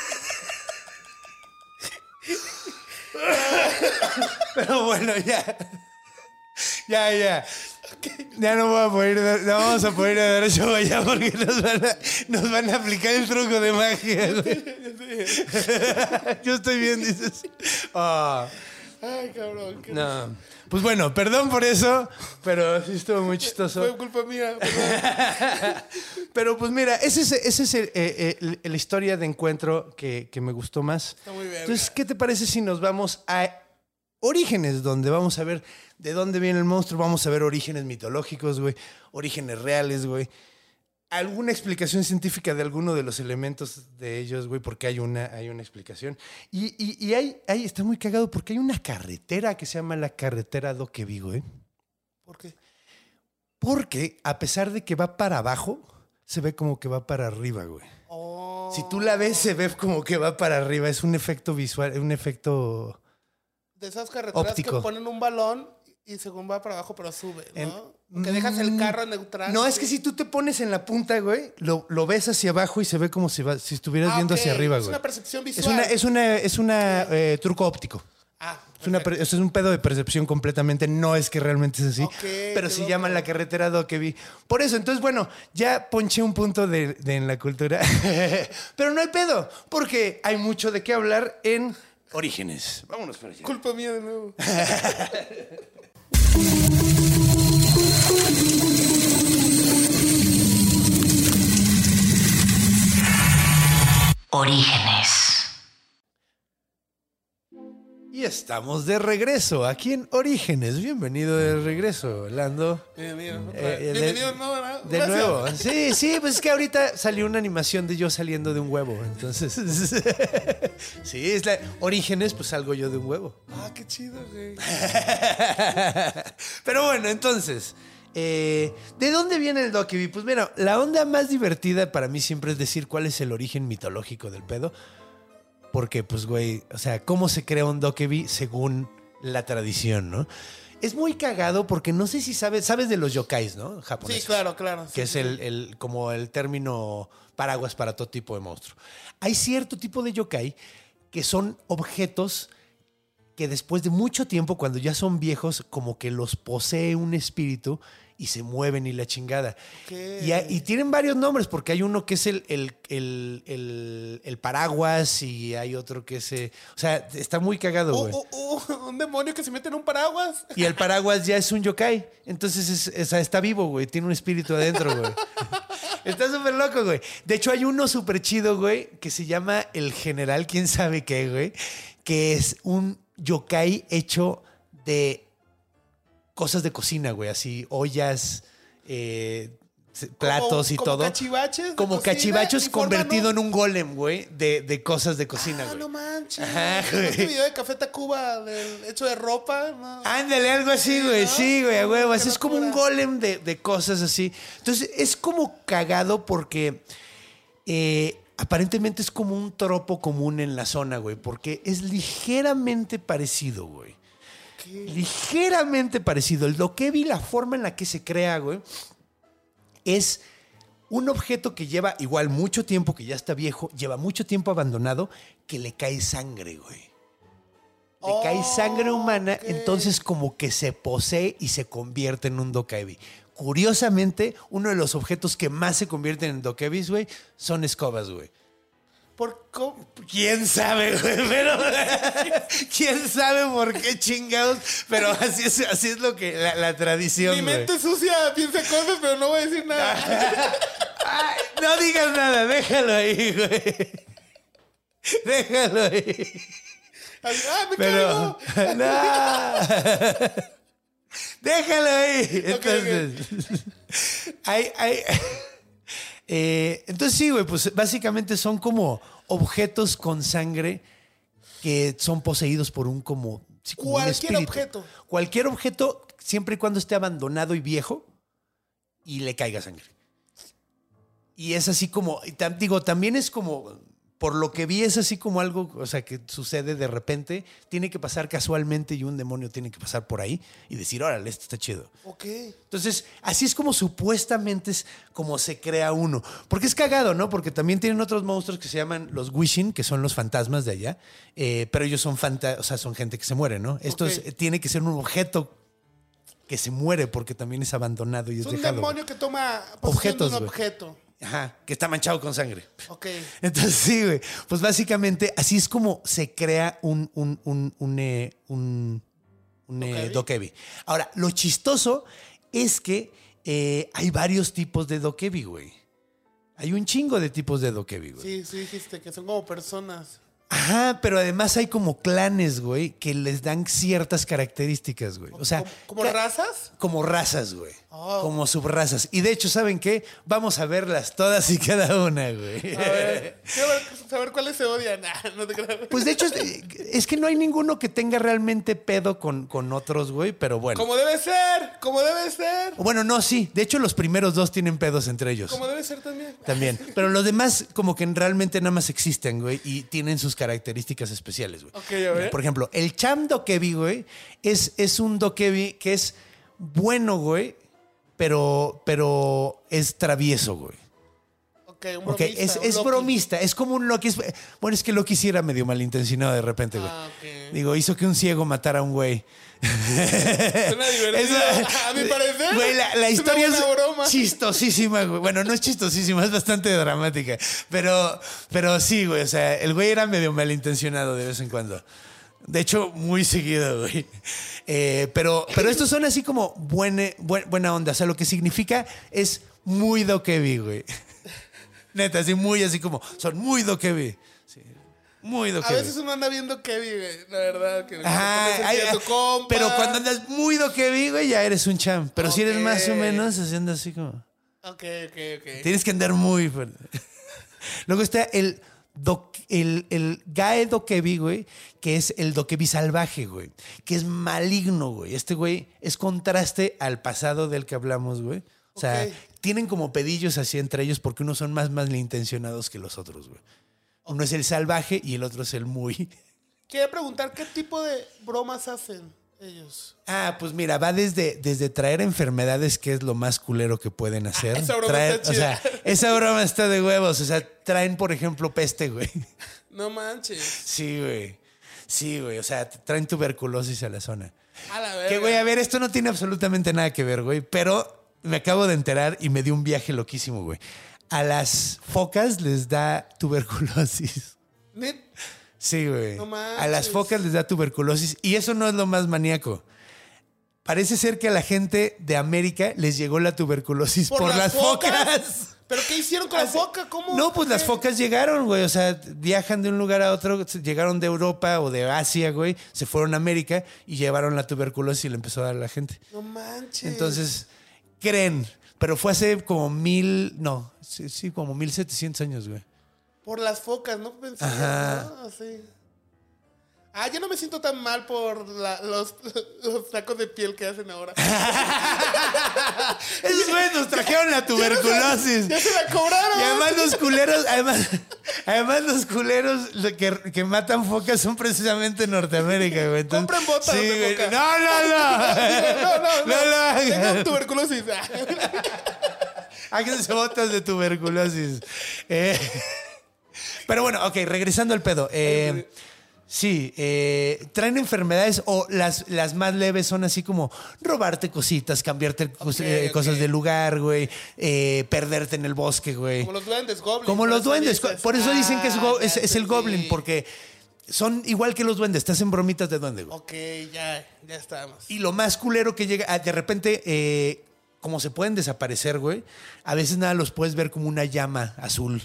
pero bueno, ya. Ya, ya. Ya no, voy a poder dar- no vamos a poder dar show allá porque nos van, a, nos van a aplicar el truco de magia, güey. Yo estoy bien, dices. Ah, Ay, cabrón. qué- no. Pues bueno, perdón por eso, pero sí estuvo muy chistoso. Fue culpa mía. perdón. Pero pues mira, ese es, ese es el, eh, el- la historia de encuentro que, que me gustó más. Está muy bien. Entonces, ¿qué te parece si nos vamos a Orígenes, donde vamos a ver de dónde viene el monstruo? Vamos a ver orígenes mitológicos, güey, orígenes reales, güey. Alguna explicación científica de alguno de los elementos de ellos, güey, porque hay una, hay una explicación. Y, y, y hay, hay, está muy cagado porque hay una carretera que se llama la carretera Dokebi, güey. ¿Por qué? Porque a pesar de que va para abajo, se ve como que va para arriba, güey. Oh. Si tú la ves, se ve como que va para arriba. Es un efecto visual, un efecto... De esas carreteras óptico. que ponen un balón y según va para abajo, pero sube, ¿no? En- Que dejas el carro neutral. No, es sí. que si tú te pones en la punta, güey, lo, lo ves hacia abajo y se ve como si, va- si estuvieras Ah, viendo ok. hacia arriba, Es güey. una percepción Es visual. una, es una, es una eh, truco óptico. Ah, Es, una, per- eso es un pedo de percepción completamente. No es que realmente es así. Ok, pero qué sí loco. llaman la carretera Dokebi. Por eso, entonces, bueno, ya ponché un punto de, de en la cultura. Pero no hay pedo, porque hay mucho de qué hablar en Orígenes. Vámonos para allá. culpa mía de nuevo. Orígenes. Y estamos de regreso aquí en Orígenes. Bienvenido de regreso, Lando. Bienvenido. Eh, Bienvenido, de, no, ¿verdad? de Gracias. nuevo. Sí, sí, pues es que ahorita salió una animación de yo saliendo de un huevo. Entonces, sí, es la Orígenes, pues salgo yo de un huevo. Ah, qué chido, güey. Pero bueno, entonces, eh, ¿de dónde viene el Dokkaebi? Pues mira, la onda más divertida para mí siempre es decir cuál es el origen mitológico del pedo. Porque, pues, güey, o sea, ¿cómo se crea un Dokkaebi según la tradición, no? Es muy cagado porque no sé si sabes, sabes de los yokais, ¿no? Japoneses. Sí, claro, claro. Sí, Que es sí. el, el, como el término paraguas para todo tipo de monstruo. Hay cierto tipo de yokai que son objetos que después de mucho tiempo, cuando ya son viejos, como que los posee un espíritu y se mueven y la chingada. Okay. Y, hay- y tienen varios nombres, porque hay uno que es el, el, el, el, el paraguas y hay otro que es... eh, o sea, está muy cagado, Uh, güey. uh, uh, un demonio que se mete en un paraguas. Y el paraguas ya es un yokai. Entonces es, es- está vivo, güey. Tiene un espíritu adentro, güey. Está súper loco, güey. De hecho, hay uno súper chido, güey, que se llama el general, quién sabe qué, güey. Que es un yokai hecho de cosas de cocina, güey. Así, ollas, eh, platos Como- y como todo. cachivaches de Como cocina cachivachos y forman convertido un- en un golem, güey, de, de cosas de cocina, Ah, güey. no manches. Ajá, ¿Viste güey. este video de Café Tacuba del hecho de ropa? No. Ándale, algo así, Sí, güey. ¿no? Sí, güey, a huevo. Qué Así es como un locura. golem de, de cosas así. Entonces, es como cagado porque eh, aparentemente es como un tropo común en la zona, güey. Porque es ligeramente parecido, güey. ¿Qué? Ligeramente parecido. El Dokkaebi, la forma en la que se crea, güey, es un objeto que lleva igual mucho tiempo, que ya está viejo, lleva mucho tiempo abandonado, que le cae sangre, güey. Le Oh, cae sangre humana, ok. entonces como que se posee y se convierte en un Dokkaebi. Curiosamente, uno de los objetos que más se convierten en Dokkaebis, güey, son escobas, güey. ¿Por cómo? ¿Quién sabe, güey? Pero, ¿quién sabe por qué chingados? Pero así es, así es lo que la, la tradición, Mi güey. mente sucia piensa cosas, pero no voy a decir nada. Ay, no digas nada, déjalo ahí, güey. Déjalo ahí. ¡Ah, me Pero, caigo! no. Déjalo ahí. Ok, Entonces, hay, hay, eh, entonces sí, güey, pues básicamente son como objetos con sangre que son poseídos por un como, sí, como un Cualquier espíritu. objeto. Cualquier objeto, siempre y cuando esté abandonado y viejo y le caiga sangre. Y es así como, y tam- digo, también es como, por lo que vi, es así como algo, o sea, que sucede de repente, tiene que pasar casualmente y un demonio tiene que pasar por ahí y decir, órale, esto está chido. Ok. Entonces, así es como supuestamente es como se crea uno. Porque es cagado, ¿no? Porque también tienen otros monstruos que se llaman los Wishin, que son los fantasmas de allá, eh, pero ellos son fanta o sea, son gente que se muere, ¿no? Esto Ok. es- eh, tiene que ser un objeto que se muere porque también es abandonado y es Es un dejado. demonio que toma posesión Objetos, de un güey. objeto. Ajá, que está manchado con sangre. Ok. Entonces, sí, güey. Pues básicamente así es como se crea un, un, un, un, eh, un, un, eh, Dokkaebi. Dokkaebi. Ahora, lo chistoso es que eh, hay varios tipos de Dokkaebi, güey. Hay un chingo de tipos de Dokkaebi, güey. Sí, sí dijiste que son como personas. Ajá, pero además hay como clanes, güey, que les dan ciertas características, güey. O sea, ¿Como, como ca- razas? como razas, güey. Oh. Como subrazas. Y de hecho, ¿saben qué? Vamos a verlas todas y cada una, güey. A ver, quiero ver- saber cuáles se odian. Nah, no te creas. Pues de hecho, es, es que no hay ninguno que tenga realmente pedo con, con otros, güey, pero bueno. Como debe ser, como debe ser. Bueno, no, sí. De hecho, los primeros dos tienen pedos entre ellos. Como debe ser también. También. Pero los demás, como que realmente nada más existen, güey, y tienen sus características especiales, güey. Ok, a ver. Por ejemplo, el Cham Dokkaebi, güey, es, es un Dokkaebi que es bueno, güey, pero, pero es travieso, güey. Ok, un Ok, bromista, es, un es Loki. bromista, es como un Loki. es- bueno, es que Loki sí era medio malintencionado de repente, güey. Ah, ok. Digo, hizo que un ciego matara a un güey. Suena divertido. Eso- A mi parecer. Güey, la, la es historia una es buena broma. chistosísima, güey. Bueno, no es chistosísima, es bastante dramática. Pero, pero sí, güey. O sea, el güey era medio malintencionado de vez en cuando. De hecho, muy seguido, güey. Eh, pero, pero estos son así como buena, buen- buena onda. O sea, lo que significa es muy Dokkaebi, güey. Neta, así muy así como, son muy Dokkaebi. Sí. Muy A dokebi. veces uno anda viendo Kevin, güey. La verdad. Que Ajá, que ay, a tu compa. pero cuando andas muy dokebi, güey, ya eres un champ. Pero si eres Ok. más o menos haciendo así como... Ok, ok, ok. Tienes que andar muy fuerte. Luego está el, doc, el, el Gae Dokebi, güey, que es el Dokebi salvaje, güey. Que es maligno, güey. Este güey es contraste al pasado del que hablamos, güey. O sea, Ok. tienen como pedillos así entre ellos porque unos son más malintencionados que los otros, güey. Uno es el salvaje y el otro es el muy... Quería preguntar qué tipo de bromas hacen ellos. Ah, pues mira, va desde, desde traer enfermedades, que es lo más culero que pueden hacer. Ah, esa broma Traer- está o chida. sea, esa broma está de huevos. O sea, traen, por ejemplo, peste, güey. No manches. Sí, güey. Sí, güey. O sea, traen tuberculosis a la zona. A la verga. Que, güey, a ver, esto no tiene absolutamente nada que ver, güey. Pero me acabo de enterar y me dio un viaje loquísimo, güey. A las focas les da tuberculosis. Net- Sí, güey. No manches. A las focas les da tuberculosis. Y eso no es lo más maníaco. Parece ser que a la gente de América les llegó la tuberculosis por, las focas. ¿Pero qué hicieron con la Así- foca? ¿Cómo? No, pues las ¿Qué? focas llegaron, güey. O sea, viajan de un lugar a otro, llegaron de Europa o de Asia, güey. Se fueron a América y llevaron la tuberculosis y le empezó a dar a la gente. No manches. Entonces, creen. Pero fue hace como mil, no, sí, sí, como mil setecientos años, güey. Por las focas, ¿no? Pensé, Ajá. ¿no? Así. Ah, yo no me siento tan mal por la- los, los tacos de piel que hacen ahora. Esos güeyes nos trajeron la tuberculosis. ¡Ya se la cobraron! Y además los culeros, además, además los culeros lo que, que matan focas son precisamente en Norteamérica, güey. Entonces- Compren botas de güey. foca. No, no, no. No, no, no. No lo hagan. Tengo tuberculosis. Háganse botas de tuberculosis. Eh, pero bueno, ok, regresando al pedo. Eh, sí, eh, traen enfermedades o las, las más leves son así como robarte cositas, cambiarte cos- eh, ok. cosas de lugar, güey, eh, perderte en el bosque, güey. Como los duendes goblin. Como por los eso duendes. dices. Por eso dicen que es, go- Ah, es, ya es el entendí. goblin, porque son igual que los duendes, te hacen bromitas de duende, güey. Ok, ya, ya estamos. Y lo más culero que llega, ah, de repente, eh, como se pueden desaparecer, güey, a veces nada los puedes ver como una llama azul.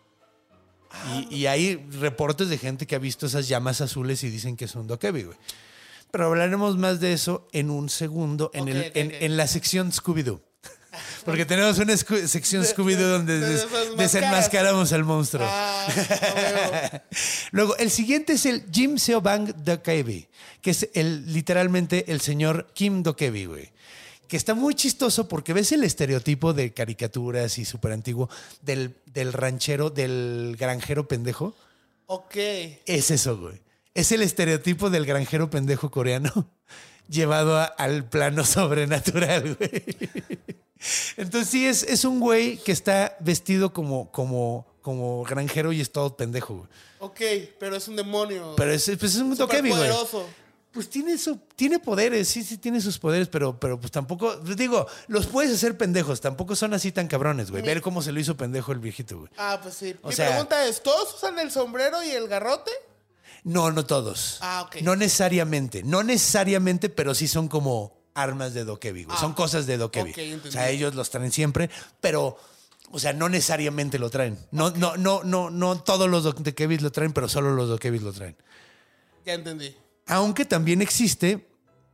Y, y hay reportes de gente que ha visto esas llamas azules y dicen que son dokebi, güey. Pero hablaremos más de eso en un segundo, en, Ok, el, ok, en, ok. en la sección Scooby-Doo. Porque tenemos una escu- sección Scooby-Doo donde de des- esas desenmascaramos al monstruo. Ah, a huevo. Luego, el siguiente es el Jim Seobang Dokebi, que es el, literalmente el señor Kim Dokebi, güey. Que está muy chistoso porque ves el estereotipo de caricaturas y súper antiguo del, del ranchero, del granjero pendejo. Ok. Es eso, güey. Es el estereotipo del granjero pendejo coreano llevado a- al plano sobrenatural, güey. Entonces sí, es, es un güey que está vestido como, como, como granjero y es todo pendejo, güey. Ok, pero es un demonio. Pero es, pues es un dokebi, güey. Superpoderoso. Pues tiene, su, tiene poderes, sí, sí, tiene sus poderes, pero, pero pues tampoco, digo, los puedes hacer pendejos, tampoco son así tan cabrones, güey. Ver cómo se lo hizo pendejo el viejito, güey. Ah, pues sí. O Mi sea- pregunta es, ¿todos usan el sombrero y el garrote? No, no todos. Ah, ok. No necesariamente, no necesariamente, pero sí son como armas de dokebi, güey. Ah, son cosas de dokebi. ok, entendí. O sea, ellos los traen siempre, pero, o sea, no necesariamente lo traen. No, no, no, no, no todos los dokebis lo traen, pero solo los dokebis lo traen. Ya entendí. Aunque también existe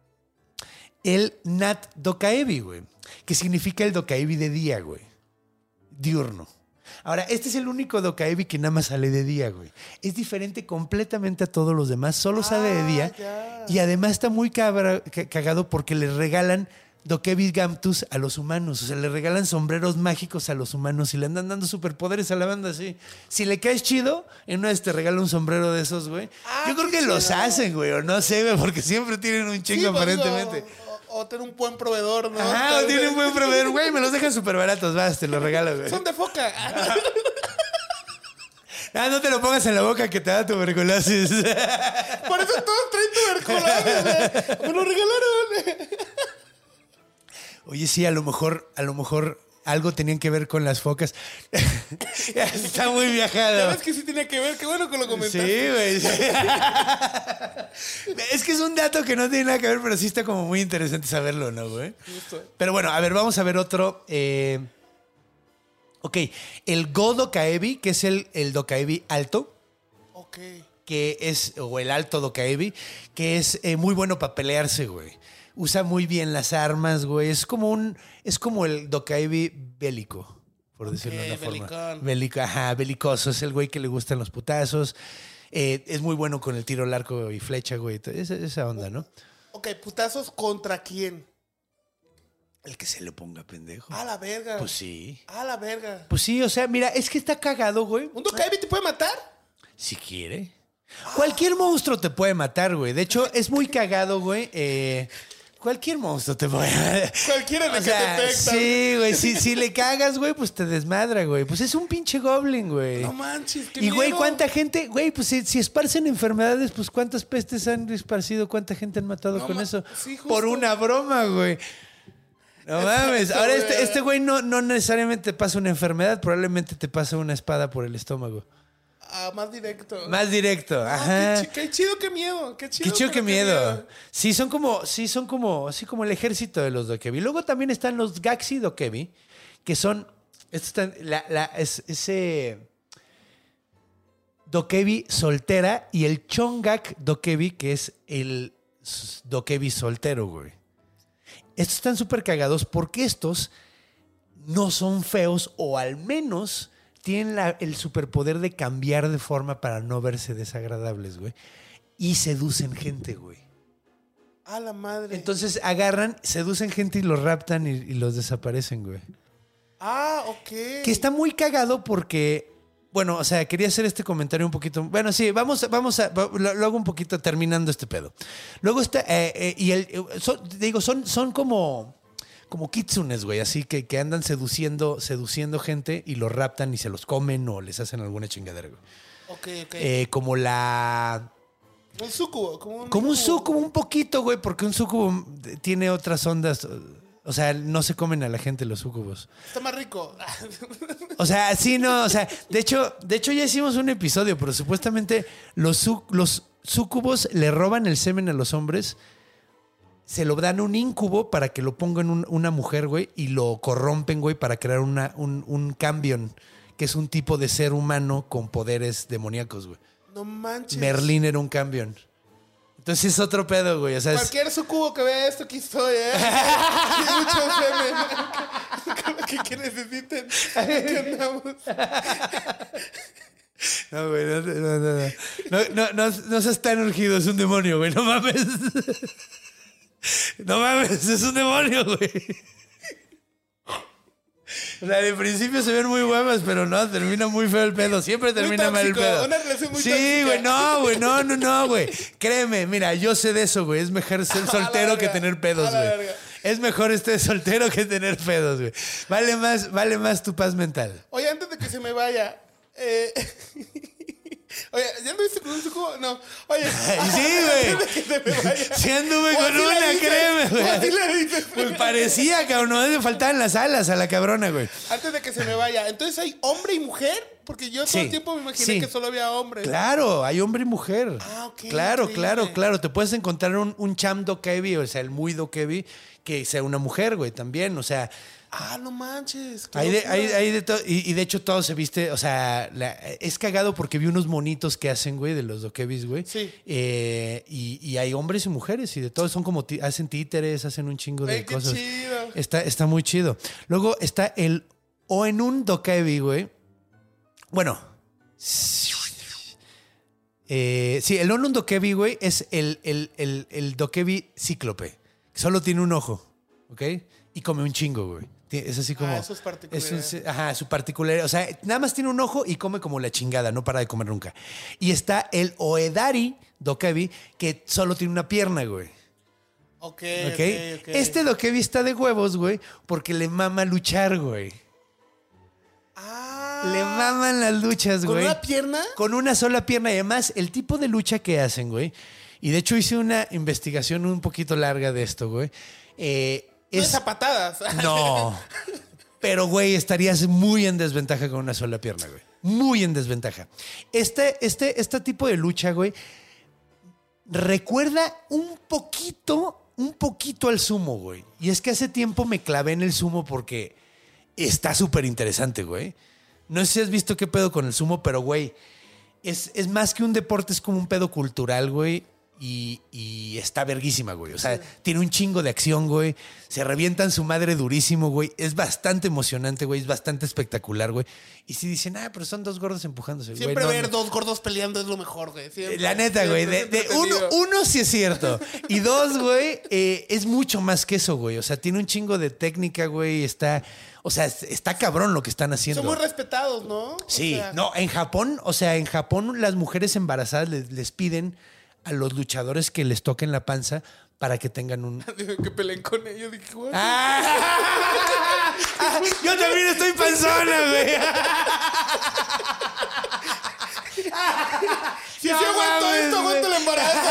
el Nat Dokaebi, güey, que significa el Dokaebi de día, güey. Diurno. Ahora, este es el único Dokaebi que nada más sale de día, güey. Es diferente completamente a todos los demás, solo sale de día. ya. Y además está muy cabra- ca- cagado porque le regalan Dokebi Gamtus a los humanos. O sea, le regalan sombreros mágicos a los humanos y le andan dando superpoderes a la banda así. Si le caes chido, en una vez te regala un sombrero de esos, güey. Ah, Yo creo qué que los chido. hacen, güey, o no sé, güey, porque siempre tienen un chingo Sí, pues, aparentemente. digo, o, o tener un buen proveedor, ¿no? Ajá, o tienen un buen proveedor, güey, me los dejan súper baratos, vas, te los regalo, güey. Son de foca. Ah, no te lo pongas en la boca que te da tuberculosis. Por eso todos traen tuberculosis. güey. Me lo regalaron. Oye, sí, a lo mejor, a lo mejor algo tenían que ver con las focas. Está muy viajado. ¿Sabes que sí tenía que ver? Qué bueno que lo Sí, comentaste. güey. sí. Es que es un dato que no tiene nada que ver, pero sí está como muy interesante saberlo, ¿no, güey? Justo. Pero bueno, a ver, vamos a ver otro. eh, Ok, el Go Dokaebi, que es el, el Dokaebi alto, Ok. que es, o el alto Dokaebi, que es eh, muy bueno para pelearse, güey. Usa muy bien las armas, güey. Es como un, es como el Dokaebi bélico, por decirlo Okay, de una belicón. forma. Bélico, ajá, belicoso. Es el güey que le gustan los putazos. Eh, es muy bueno con el tiro al arco y flecha, güey. Esa, esa onda, ¿no? Ok, putazos contra quién. El que se le ponga pendejo. A la verga. Pues sí. A la verga. Pues sí, o sea, mira, es que está cagado, güey. ¿Un Dokaebi te puede matar? Si quiere. Cualquier monstruo te puede matar, güey. De hecho, es muy cagado, güey. Eh, cualquier monstruo te puede matar. Cualquiera de O que sea, te detecta. sí, güey. Si, si le cagas, güey, pues te desmadra, güey. Pues es un pinche goblin, güey. No manches, qué Y, güey, miedo. ¿cuánta gente? Güey, pues si, si esparcen enfermedades, pues ¿cuántas pestes han esparcido? ¿Cuánta gente han matado No con ma- eso? sí, justo. Por una broma, güey. No mames. Ahora este, este güey no, no necesariamente te pasa una enfermedad, probablemente te pasa una espada por el estómago. Ah, más directo. Más directo, Ah, ajá. Qué, chi- qué chido, qué miedo. Qué chido. Qué chido, pero qué miedo. Sí, son como, sí, son como, así como el ejército de los Dokebi. Luego también están los Gaxi Dokebi, que son, estos están, la, la, es, ese Dokebi soltera y el Chongak Dokebi, que es el s- Dokebi soltero, güey. Estos están súper cagados porque estos no son feos o al menos tienen la- el superpoder de cambiar de forma para no verse desagradables, güey. Y seducen gente, güey. A la madre. Entonces agarran, seducen gente y los raptan y, y los desaparecen, güey. Ah, ok. Que está muy cagado porque, bueno, o sea, quería hacer este comentario un poquito. Bueno, sí, vamos, a- vamos a, va- lo, lo hago un poquito terminando este pedo. Luego está, eh, eh, y el, eh, son, digo, son, son como, como kitsunes, güey, así que, que andan seduciendo, seduciendo gente y los raptan y se los comen o les hacen alguna chingadera, güey. Ok, ok. Eh, como la... un sucubo. Como un, Como un incubo. sucubo, un poquito, güey, porque un sucubo tiene otras ondas. O sea, no se comen a la gente los sucubos. Está más rico. O sea, sí, no, o sea, de hecho, de hecho ya hicimos un episodio, pero supuestamente los, su- los sucubos le roban el semen a los hombres, se lo dan un incubo para que lo pongan un- una mujer, güey, y lo corrompen, güey, para crear una, un, un cambion, que es un tipo de ser humano con poderes demoníacos, güey. No manches. Merlín era un cambion. Entonces es otro pedo, güey. O sea, es- Cualquier sucubo que vea esto, aquí estoy, ¿eh? Hay mucho semen. Con lo que, que necesiten. Aquí andamos. No, güey, no, no, no, no. No, no, no, no seas tan urgido, es un demonio, güey, no mames. No mames, es un demonio, güey. O sea, de principio se ven muy guapas, pero no, termina muy feo el pedo. Siempre termina mal el tóxico, pedo. una relación muy sí, tóxica. güey, no, güey, no, no, no, güey. Créeme, mira, yo sé de eso, güey. Es mejor ser A la soltero que verga, tener pedos, a la güey. verga. Es mejor estar soltero que tener pedos, güey. Vale más, vale más tu paz mental. Oye, antes de que se me vaya. Eh... Oye, ¿ya lo viste con un sucubo? No. Oye. Sí, güey. Antes de que se me vaya. Sí anduve O con así le una, dices, créeme, o así güey. le dices. Pues parecía, cabrón. No le faltaban las alas a la cabrona, güey. Antes de que se me vaya. Entonces, ¿hay hombre y mujer? Porque yo todo Sí, el tiempo me imaginé sí. que solo había hombres. Claro, hay hombre y mujer. Ah, ok, Claro, increíble. claro, claro. Te puedes encontrar un, un cham dokebi, o sea, el muy dokebi, que sea una mujer, güey, también. O sea, Ah, no manches. qué hay de, locura. hay, hay de todo. Y, y de hecho, todo se viste. O sea, la- es cagado porque vi unos monitos que hacen, güey, de los dokebis, güey. Sí. Eh, y, y hay hombres y mujeres y de todo. Son como. ti- hacen títeres, hacen un chingo de Ay, qué cosas. chido. Está, está muy chido. Luego está el o en un dokebi, güey. Bueno. Eh, sí, el Onun Dokebi, güey, es el, el, el, el Dokebi cíclope. Solo tiene un ojo, ¿ok? Y come un chingo, güey. Tie- Es así como... Ah, eso es particular. es un- ajá, su particular. O sea, nada más tiene un ojo y come como la chingada, no para de comer nunca. Y está el Oedari Dokebi, que solo tiene una pierna, güey. Ok, ¿Ok? ok, ok. Este Dokebi está de huevos, güey, porque le mama luchar, güey. Ah. Le maman las luchas, ¿Con güey. una pierna? Con una sola pierna. Y además, el tipo de lucha que hacen, güey. Y de hecho hice una investigación un poquito larga de esto, güey. Eh, No es... es a patadas. No. Pero, güey, estarías muy en desventaja con una sola pierna, güey. Muy en desventaja. Este, este, este tipo de lucha, güey, recuerda un poquito, un poquito al sumo, güey. Y es que hace tiempo me clavé en el sumo porque está súper interesante, güey. No sé si has visto qué pedo con el sumo, pero, güey, es, es más que un deporte, es como un pedo cultural, güey. Y, y está verguísima, güey. O sea, sí. Tiene un chingo de acción, güey. Se revientan su madre durísimo, güey. Es bastante emocionante, güey. Es bastante espectacular, güey. Y si dicen, ah, pero son dos gordos empujándose, güey. Siempre no, ver no. dos gordos peleando es lo mejor, güey. Siempre, La neta, güey. De, de uno, uno sí es cierto. Y dos, güey, eh, es mucho más que eso, güey. O sea, tiene un chingo de técnica, güey. Está... O sea, está cabrón lo que están haciendo. Son muy respetados, ¿no? Sí. O sea, no, en Japón, o sea, en Japón las mujeres embarazadas les, les piden a los luchadores que les toquen la panza para que tengan un... que peleen con ellos. Dije, güey. ¡Ah! Yo también estoy panzona, güey. Si No sí aguanto mames, esto, aguanto el embarazo.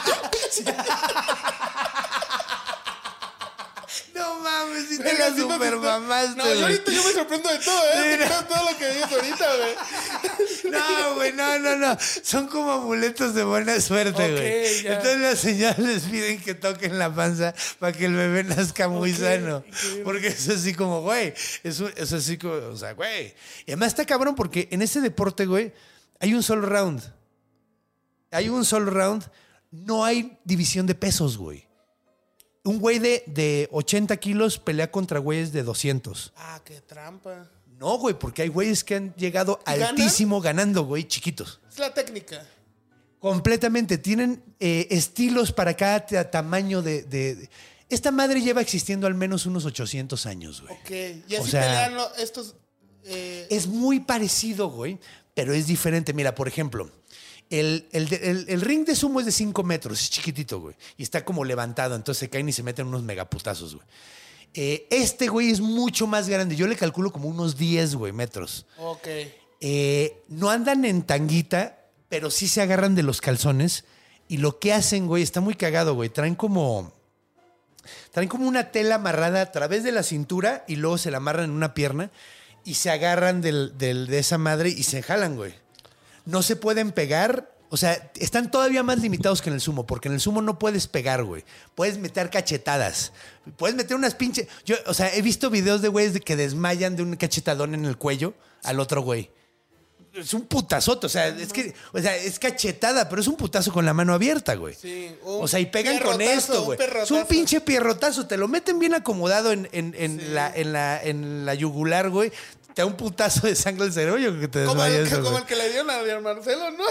No mames, si te Venga, la sí me super asustó. mamaste, No, yo güey. ahorita yo me sorprendo de todo, ¿eh? Sí, Te no. creo todo lo que dices ahorita, güey. No, güey, no, no, no. Son como amuletos de buena suerte, güey. Ok, ya. Entonces las señoras les piden que toquen la panza para que el bebé nazca muy Ok, sano. ok. Porque es así como, güey, es, un- es así como, o sea, güey. Y además está cabrón porque en ese deporte, güey, hay un solo round. Hay un solo round. No hay división de pesos, güey. Un güey de, de ochenta kilos pelea contra güeyes de doscientos. Ah, qué trampa. No, güey, porque hay güeyes que han llegado ¿Y ganan? altísimo ganando, güey, chiquitos. Es la técnica. Completamente. Tienen eh, estilos para cada ta- tamaño de, de- de- Esta madre lleva existiendo al menos unos ochocientos años, güey. Ok. Y O así sea, pelean lo- estos... Eh, Es muy parecido, güey, pero es diferente. Mira, por ejemplo, el, el, de- el- el ring de sumo es de cinco metros, es chiquitito, güey. Y está como levantado, entonces se caen y se meten unos megaputazos, güey. Eh, este, güey, es mucho más grande. Yo le calculo como unos diez, güey, metros. ok. Eh, no andan en tanguita, pero sí se agarran de los calzones. Y lo que hacen, güey, está muy cagado, güey. Traen como... Traen como una tela amarrada a través de la cintura y luego se la amarran en una pierna y se agarran del, del- de esa madre y se jalan, güey. No se pueden pegar. O sea, están todavía más limitados que en el sumo, porque en el sumo no puedes pegar, güey. Puedes meter cachetadas. Puedes meter unas pinches... Yo, o sea, he visto videos de güeyes de que desmayan de un cachetadón en el cuello al otro güey. Es un putazote, o sea, es que, o sea, es cachetada, pero es un putazo con la mano abierta, güey. Sí, un O sea, y pegan con pierrotazo, esto, un güey. Es pierrotazo. un pinche pierrotazo, te lo meten bien acomodado en, en, en Sí. la, en, la, en la yugular, güey. Te da un putazo de sangre al cerebro, yo creo que te Como el, desmayas. que, como güey. el que le dieron a Adrián Marcelo, ¿no?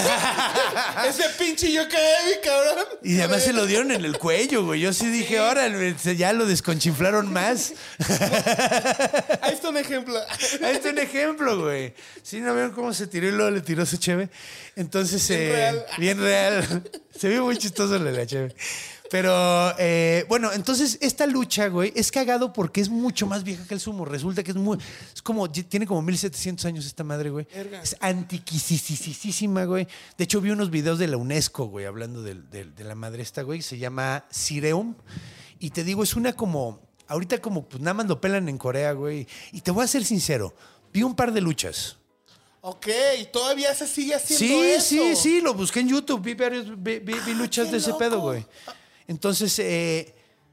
Ese pinche yo caí, cabrón. Y además se lo dieron en el cuello, güey. Yo sí dije, ahora ya lo desconchinflaron más. Ahí está un ejemplo. Ahí está un ejemplo, güey. Sí, ¿no vieron cómo se tiró y luego le tiró su cheve? Entonces, Bien eh, real. bien real. Se vio muy chistoso lo de la cheve. Pero, eh, bueno, entonces esta lucha, güey, es cagado porque es mucho más vieja que el sumo. Resulta que es muy... Es como... Tiene como mil setecientos años esta madre, güey. Verga. Es antiquisísima, güey. De hecho, vi unos videos de la UNESCO, güey, hablando del- del- de, la madre esta, güey. Se llama Sireum. Y te digo, es una como... Ahorita como pues nada más lo pelan en Corea, güey. Y te voy a ser sincero. Vi un par de luchas. Ok, y todavía se sigue haciendo Sí, eso. sí, sí, lo busqué en YouTube, vi varios, vi, vi- vi luchas qué de ese loco. pedo, güey. Entonces, eh,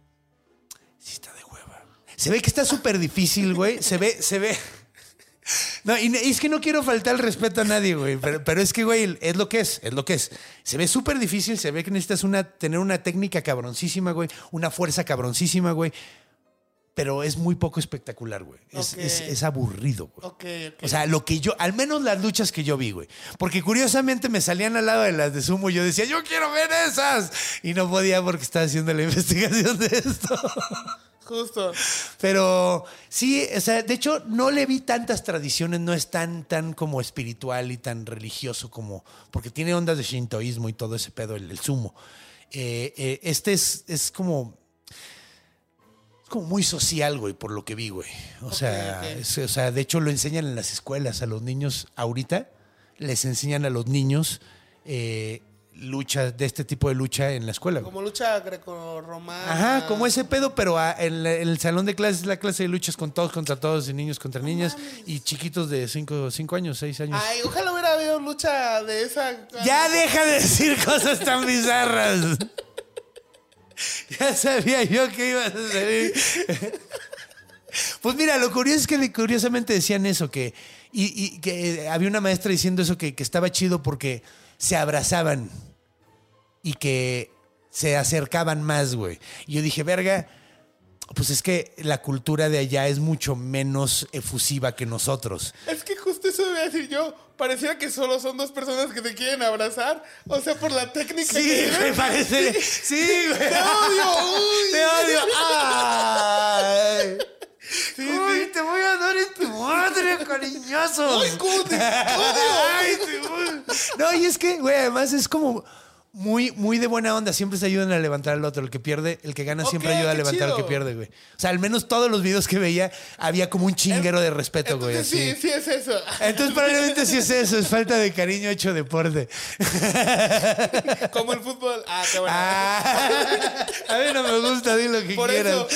sí está de hueva. Se ve que está súper difícil, güey. Se ve, se ve. No, y es que no quiero faltar el respeto a nadie, güey. Pero, pero es que, güey, es lo que es, es lo que es. Se ve súper difícil, se ve que necesitas una, tener una técnica cabroncísima, güey. Una fuerza cabroncísima, güey. Pero es muy poco espectacular, güey. Es, Ok. es- es aburrido, güey. Ok, ok. O sea, lo que yo, al menos las luchas que yo vi, güey. Porque curiosamente me salían al lado de las de sumo y yo decía, yo quiero ver esas. Y no podía porque estaba haciendo la investigación de esto. Justo. Pero sí, o sea, de hecho, no le vi tantas tradiciones, no es tan, tan como espiritual y tan religioso como. Porque tiene ondas de shintoísmo y todo ese pedo, el, el sumo. Eh, eh, este es, es como. Es como muy social, güey, por lo que vi, güey. O, Ok, sea, ok. es- o sea, de hecho lo enseñan en las escuelas a los niños ahorita. Les enseñan a los niños eh, lucha, de este tipo de lucha en la escuela, güey. Como lucha grecorromana. Ajá, como ese pedo, pero a- en, la- en el salón de clases, la clase de luchas con todos contra todos, y niños contra niñas, y chiquitos de cinco años, seis años. Ay, ojalá hubiera habido lucha de esa. Ya deja de decir cosas tan bizarras. Ya sabía yo que ibas a salir. Pues mira, lo curioso es que curiosamente decían eso, que Y, y que había una maestra diciendo eso, que, que estaba chido porque se abrazaban y que se acercaban más, güey. Y yo dije, verga, pues es que la cultura de allá es mucho menos efusiva que nosotros. Es que justo eso debía decir yo. Pareciera que solo son dos personas que te quieren abrazar. O sea, por la técnica Sí, que me parece. Sí, güey. ¡Te odio! ¡Uy! Te odio. ¡Ay! Sí, Uy, sí. te voy a dar en tu madre, cariñoso. ¡Ay, cómo te odio! Ay, te odio. No, y es que, güey, además es como muy, muy de buena onda. Siempre se ayudan a levantar al otro. El que pierde, el que gana Ok, siempre ayuda a qué levantar al chido. que pierde, güey. O sea, al menos todos los videos que veía había como un chinguero de respeto, güey. Entonces, sí, así. sí es eso. Entonces probablemente sí es eso, es falta de cariño hecho deporte. Como el fútbol. Ah, qué bueno. Ah, a mí no me gusta, di lo que Por quieras.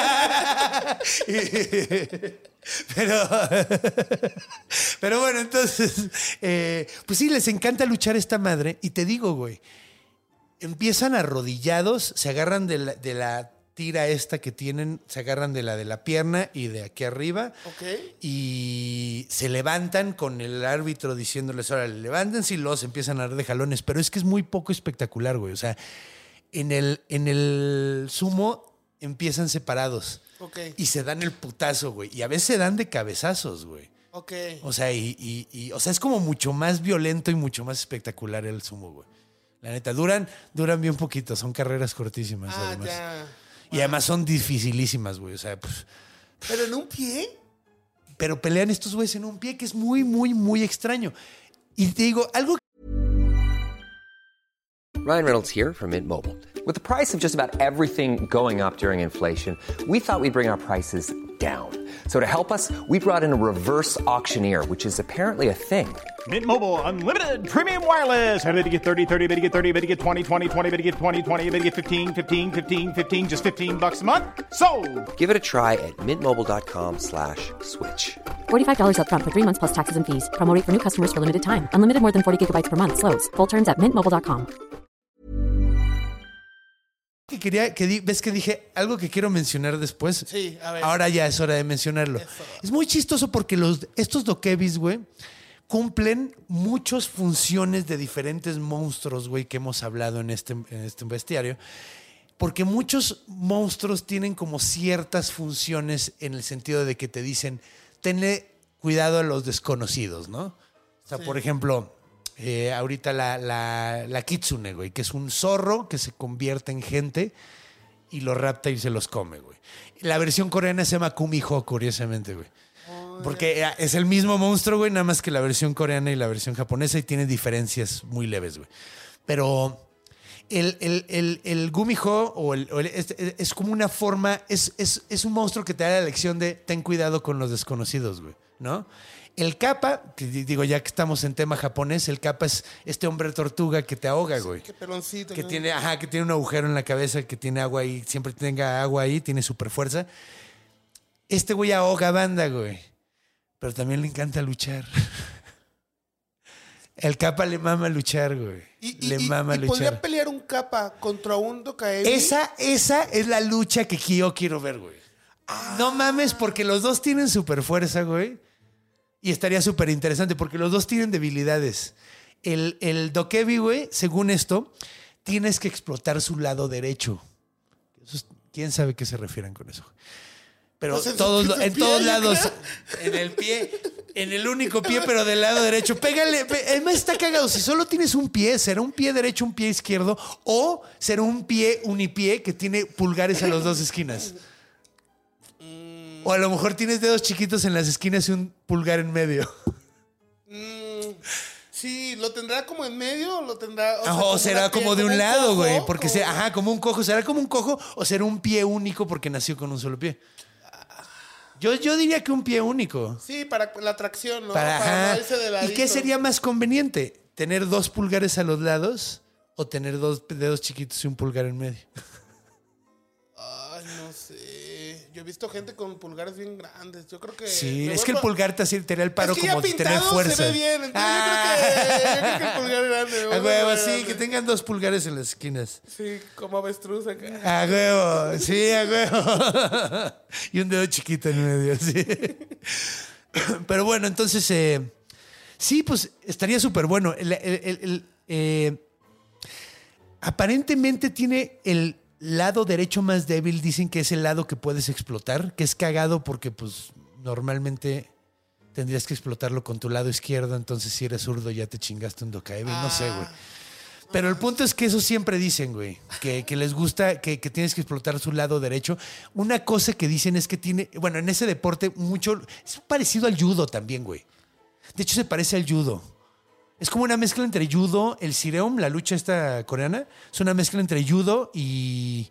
eso. Pero, pero bueno, entonces, eh, pues sí, les encanta luchar esta madre. Y te digo, güey, empiezan arrodillados, se agarran de la, de la tira esta que tienen, se agarran de la de la pierna y de aquí arriba. Ok. Y se levantan con el árbitro diciéndoles, órale, levántense y los empiezan a dar de jalones. Pero es que es muy poco espectacular, güey. O sea, en el, en el sumo empiezan separados. Ok. Y se dan el putazo, güey. Y a veces se dan de cabezazos, güey. Ok. O sea, y, y, y- o sea, es como mucho más violento y mucho más espectacular el sumo, güey. La neta, duran, duran bien poquito. Son carreras cortísimas, Ah, además. ya. Y además son dificilísimas, güey. O sea, pues... ¿Pero en un pie? Pero pelean estos güeyes en un pie que es muy, muy, muy extraño. Y te digo, algo Ryan Reynolds here from Mint Mobile. With the price of just about everything going up during inflation, we thought we'd bring our prices down. So to help us, we brought in a reverse auctioneer, which is apparently a thing. Mint Mobile Unlimited Premium Wireless. How to get thirty, thirty, how to get thirty, how to get twenty, twenty, twenty, how to get twenty, twenty, how to get fifteen, fifteen, fifteen, fifteen, just fifteen bucks a month? Sold! Give it a try at mintmobile.com slash switch. forty-five dollars up front for three months plus taxes and fees. Promo rate for new customers for limited time. Unlimited more than forty gigabytes per month. Slows full terms at mint mobile dot com. que quería, que di- ves que dije algo que quiero mencionar después. Sí, a ver. Ahora ya es hora de mencionarlo. Eso. Es muy chistoso porque los, estos dokebis, güey, cumplen muchas funciones de diferentes monstruos, güey, que hemos hablado en este, en este bestiario. Porque muchos monstruos tienen como ciertas funciones en el sentido de que te dicen, tenle cuidado a los desconocidos, ¿no? O sea, Sí. por ejemplo, eh, ahorita la, la, la kitsune, güey, que es un zorro que se convierte en gente y lo rapta y se los come, güey. La versión coreana se llama Kumiho, curiosamente, güey. Porque es el mismo monstruo, güey, nada más que la versión coreana y la versión japonesa y tiene diferencias muy leves, güey. Pero el, el, el, el Gumiho o el, o el- es, es como una forma, es, es, es un monstruo que te da la lección de ten cuidado con los desconocidos, güey, ¿no? El kappa, que digo, ya que estamos en tema japonés, el kappa es este hombre tortuga que te ahoga, güey. Qué peloncito. Que ¿no? tiene, ajá, que tiene un agujero en la cabeza, que tiene agua ahí, siempre tenga agua ahí, tiene super fuerza. Este güey ahoga banda, güey. Pero también le encanta luchar. El kappa le mama luchar, güey. Y, y- le y- mama y luchar. podría pelear un capa contra un Dokaebi. Esa, esa es la lucha que yo quiero ver, güey. No mames, porque los dos tienen super fuerza, güey. Y estaría súper interesante, porque los dos tienen debilidades. El, el Dokebi, güey, según esto, tienes que explotar su lado derecho. Eso es- ¿Quién sabe qué se refieren con eso? Pero Pues en su- todos, en su en pie, todos yo lados, creo. en el pie, en el único pie, pero del lado derecho. Pégale. pe- Además está cagado. Si solo tienes un pie, será un pie derecho, un pie izquierdo, o será un pie unipié que tiene pulgares a las dos esquinas. O a lo mejor tienes dedos chiquitos en las esquinas y un pulgar en medio. Mm, sí, ¿lo tendrá como en medio o lo tendrá... O, sea, como será una como pie- de un un lado, cojo, güey. Porque o- sea, ajá, como un cojo. ¿Será como un cojo o será un pie único porque nació con un solo pie? Yo, yo diría que un pie único. Sí, para la tracción, ¿no? Para, Para ajá. no irse de ¿Y ladito. qué sería más conveniente? ¿Tener dos pulgares a los lados o tener dos dedos chiquitos y un pulgar en medio? Ay, no sé. Yo he visto gente con pulgares bien grandes. Yo creo que... Sí, me es voy que el por- pulgar te hace- te haría el paro es que como ya de tener pintado fuerza. se ve bien. Entonces Ah. yo, creo que, yo creo que el pulgar grande. me voy A por huevo, el sí, grande. que tengan dos pulgares en las esquinas. Sí, como avestruz acá. A huevo, sí, a huevo. Y un dedo chiquito en medio, sí. Pero bueno, entonces, eh, sí, pues estaría súper bueno. El, el, el, el, eh, aparentemente tiene el lado derecho más débil, dicen que es el lado que puedes explotar, que es cagado porque pues normalmente tendrías que explotarlo con tu lado izquierdo, entonces si eres zurdo ya te chingaste un Dokaebi, ah. no sé, güey. Pero el punto es que eso siempre dicen, güey, que, que les gusta, que, que tienes que explotar su lado derecho. Una cosa que dicen es que tiene, bueno, en ese deporte mucho, es parecido al judo también, güey. De hecho se parece al judo. Es como una mezcla entre judo, el sireum, la lucha esta coreana, es una mezcla entre judo y,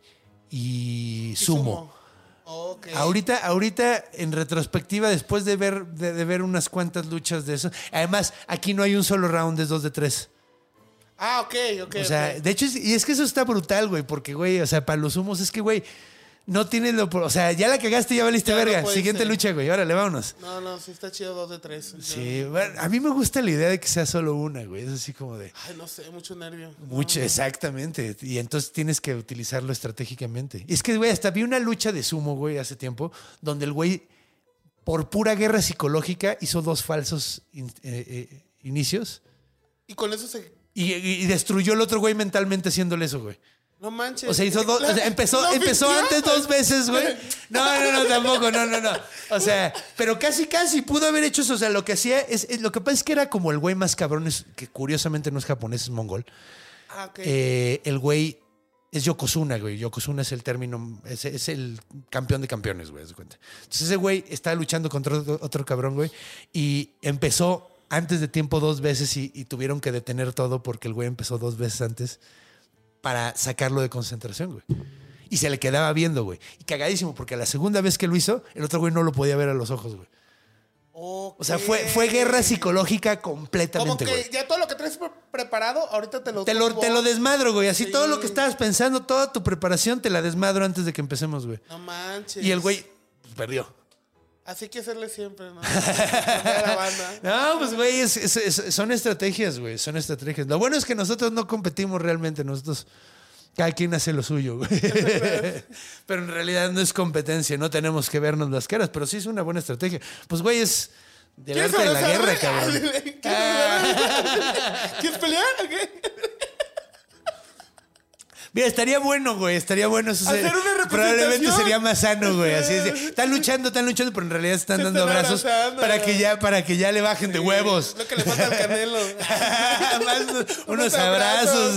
y sumo. Y sumo. Okay. Ahorita, ahorita, en retrospectiva, después de ver, de, de ver unas cuantas luchas de eso, además, aquí no hay un solo round, es dos de tres. Ah, ok, ok. O sea, okay. de hecho, es, y es que eso está brutal, güey, porque, güey, o sea, para los sumos es que, güey, no tienes lo... O sea, ya la cagaste, ya valiste ya verga. No Siguiente ser. lucha, güey, órale, vámonos. No, no, sí está chido dos de tres. Sí, bueno, a mí me gusta la idea de que sea solo una, güey, es así como de... Ay, no sé, mucho nervio. Mucho, no. exactamente, y entonces tienes que utilizarlo estratégicamente. Y es que, güey, hasta vi una lucha de sumo, güey, hace tiempo, donde el güey, por pura guerra psicológica, hizo dos falsos in, eh, eh, inicios. Y con eso se... Y, y destruyó al otro güey mentalmente haciéndole eso, güey. No manches. O sea, hizo dos, o sea, empezó, ¿No empezó antes dos veces, güey. No, no, no, tampoco, no, no, no. O sea, pero casi, casi pudo haber hecho eso. O sea, lo que hacía es, es lo que pasa es que era como el güey más cabrón, es, que curiosamente no es japonés, es mongol. Ah, ok. Eh, el güey es Yokozuna, güey. Yokozuna es el término, es, es el campeón de campeones, güey, ¿se cuenta? Entonces ese güey estaba luchando contra otro, otro cabrón, güey, y empezó antes de tiempo dos veces y, y tuvieron que detener todo porque el güey empezó dos veces antes para sacarlo de concentración, güey. Y se le quedaba viendo, güey. Y cagadísimo, porque la segunda vez que lo hizo, el otro güey no lo podía ver a los ojos, güey. Okay. O sea, fue, fue guerra psicológica completamente, güey. Como que ya todo lo que traes preparado, ahorita te lo... Te lo, te lo desmadro, güey. Así sí. Todo lo que estabas pensando, toda tu preparación, te la desmadro antes de que empecemos, güey. No manches. Y el güey pues, perdió. Así hay que hacerle siempre, ¿no? La banda. No, pues, güey, es, es, es, son estrategias, güey. Son estrategias. Lo bueno es que nosotros no competimos realmente. Nosotros, cada quien hace lo suyo, güey. Pero en realidad no es competencia. No tenemos que vernos las caras. Pero sí es una buena estrategia. Pues, güey, es del arte de la guerra, cabrón. ¿Quieres, ah. ¿Quieres pelear o qué? Mira, estaría bueno, güey, estaría bueno. Eso se, probablemente sería más sano, güey. Así es, están luchando, están luchando, pero en realidad están se dando están abrazos abrazando, para que ya, para que ya le bajen sí, de huevos. Lo que le falta al Canelo. Más unos, unos abrazos.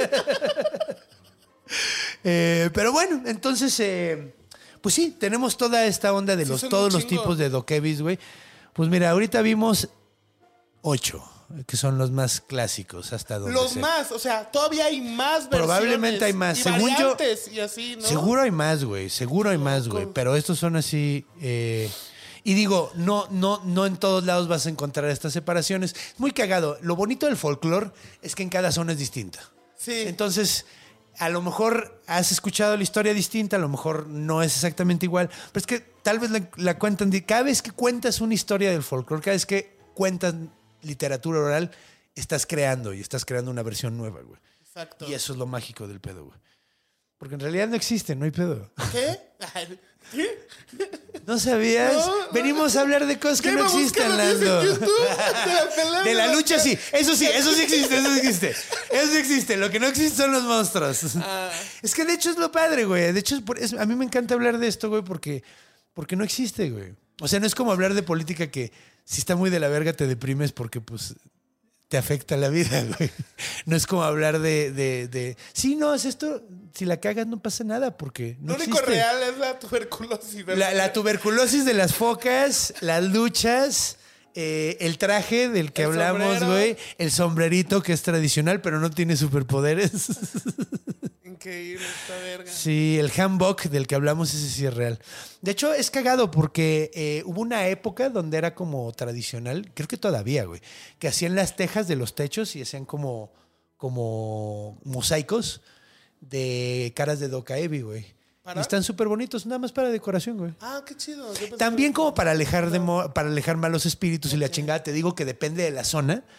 eh, pero bueno, entonces, eh, pues sí, tenemos toda esta onda de los, sí, todos los tipos de dokebis, güey. Pues mira, ahorita vimos ocho. Que son los más clásicos hasta donde Los sea. más, o sea, todavía hay más versiones. Probablemente hay más. Y Según yo, y así, ¿no? Seguro hay más, güey. Seguro hay más, güey. Pero estos son así. Eh, y digo, no, no, no en todos lados vas a encontrar estas separaciones. Es muy cagado. Lo bonito del folclore es que en cada zona es distinta. Sí. Entonces, a lo mejor has escuchado la historia distinta, a lo mejor no es exactamente igual. Pero es que tal vez la, la cuentan. Cada vez que cuentas una historia del folclore, cada vez que cuentas literatura oral, estás creando y estás creando una versión nueva, güey. Exacto. Y eso es lo mágico del pedo, güey. Porque en realidad no existe, no hay pedo. ¿Qué? ¿Qué? ¿No sabías? No, Venimos no. a hablar de cosas que no existen, Lando. De la, de la lucha sí. Eso sí, eso sí existe, eso sí existe. Eso sí existe. Lo que no existe son los monstruos. Ah. Es que de hecho es lo padre, güey. De hecho, es por, es, a mí me encanta hablar de esto, güey, porque, porque no existe, güey. O sea, no es como hablar de política que si está muy de la verga te deprimes porque pues te afecta la vida, güey. No es como hablar de, de, de sí, no, es esto, si la cagas no pasa nada porque no Lo único existe. real es la tuberculosis. La, la tuberculosis de las focas, las luchas, eh, el traje del que el hablamos, sombrero. güey, el sombrerito que es tradicional pero no tiene superpoderes. Increíble esta verga. Sí, el hanbok del que hablamos, ese sí es real. De hecho, es cagado porque eh, hubo una época donde era como tradicional, creo que todavía, güey, que hacían las tejas de los techos y hacían como, como mosaicos de caras de Dokaebi, güey. Y están súper bonitos, nada más para decoración, güey. Ah, qué chido. También como para alejar, de mo- para alejar malos espíritus okay. y la chingada. Te digo que depende de la zona.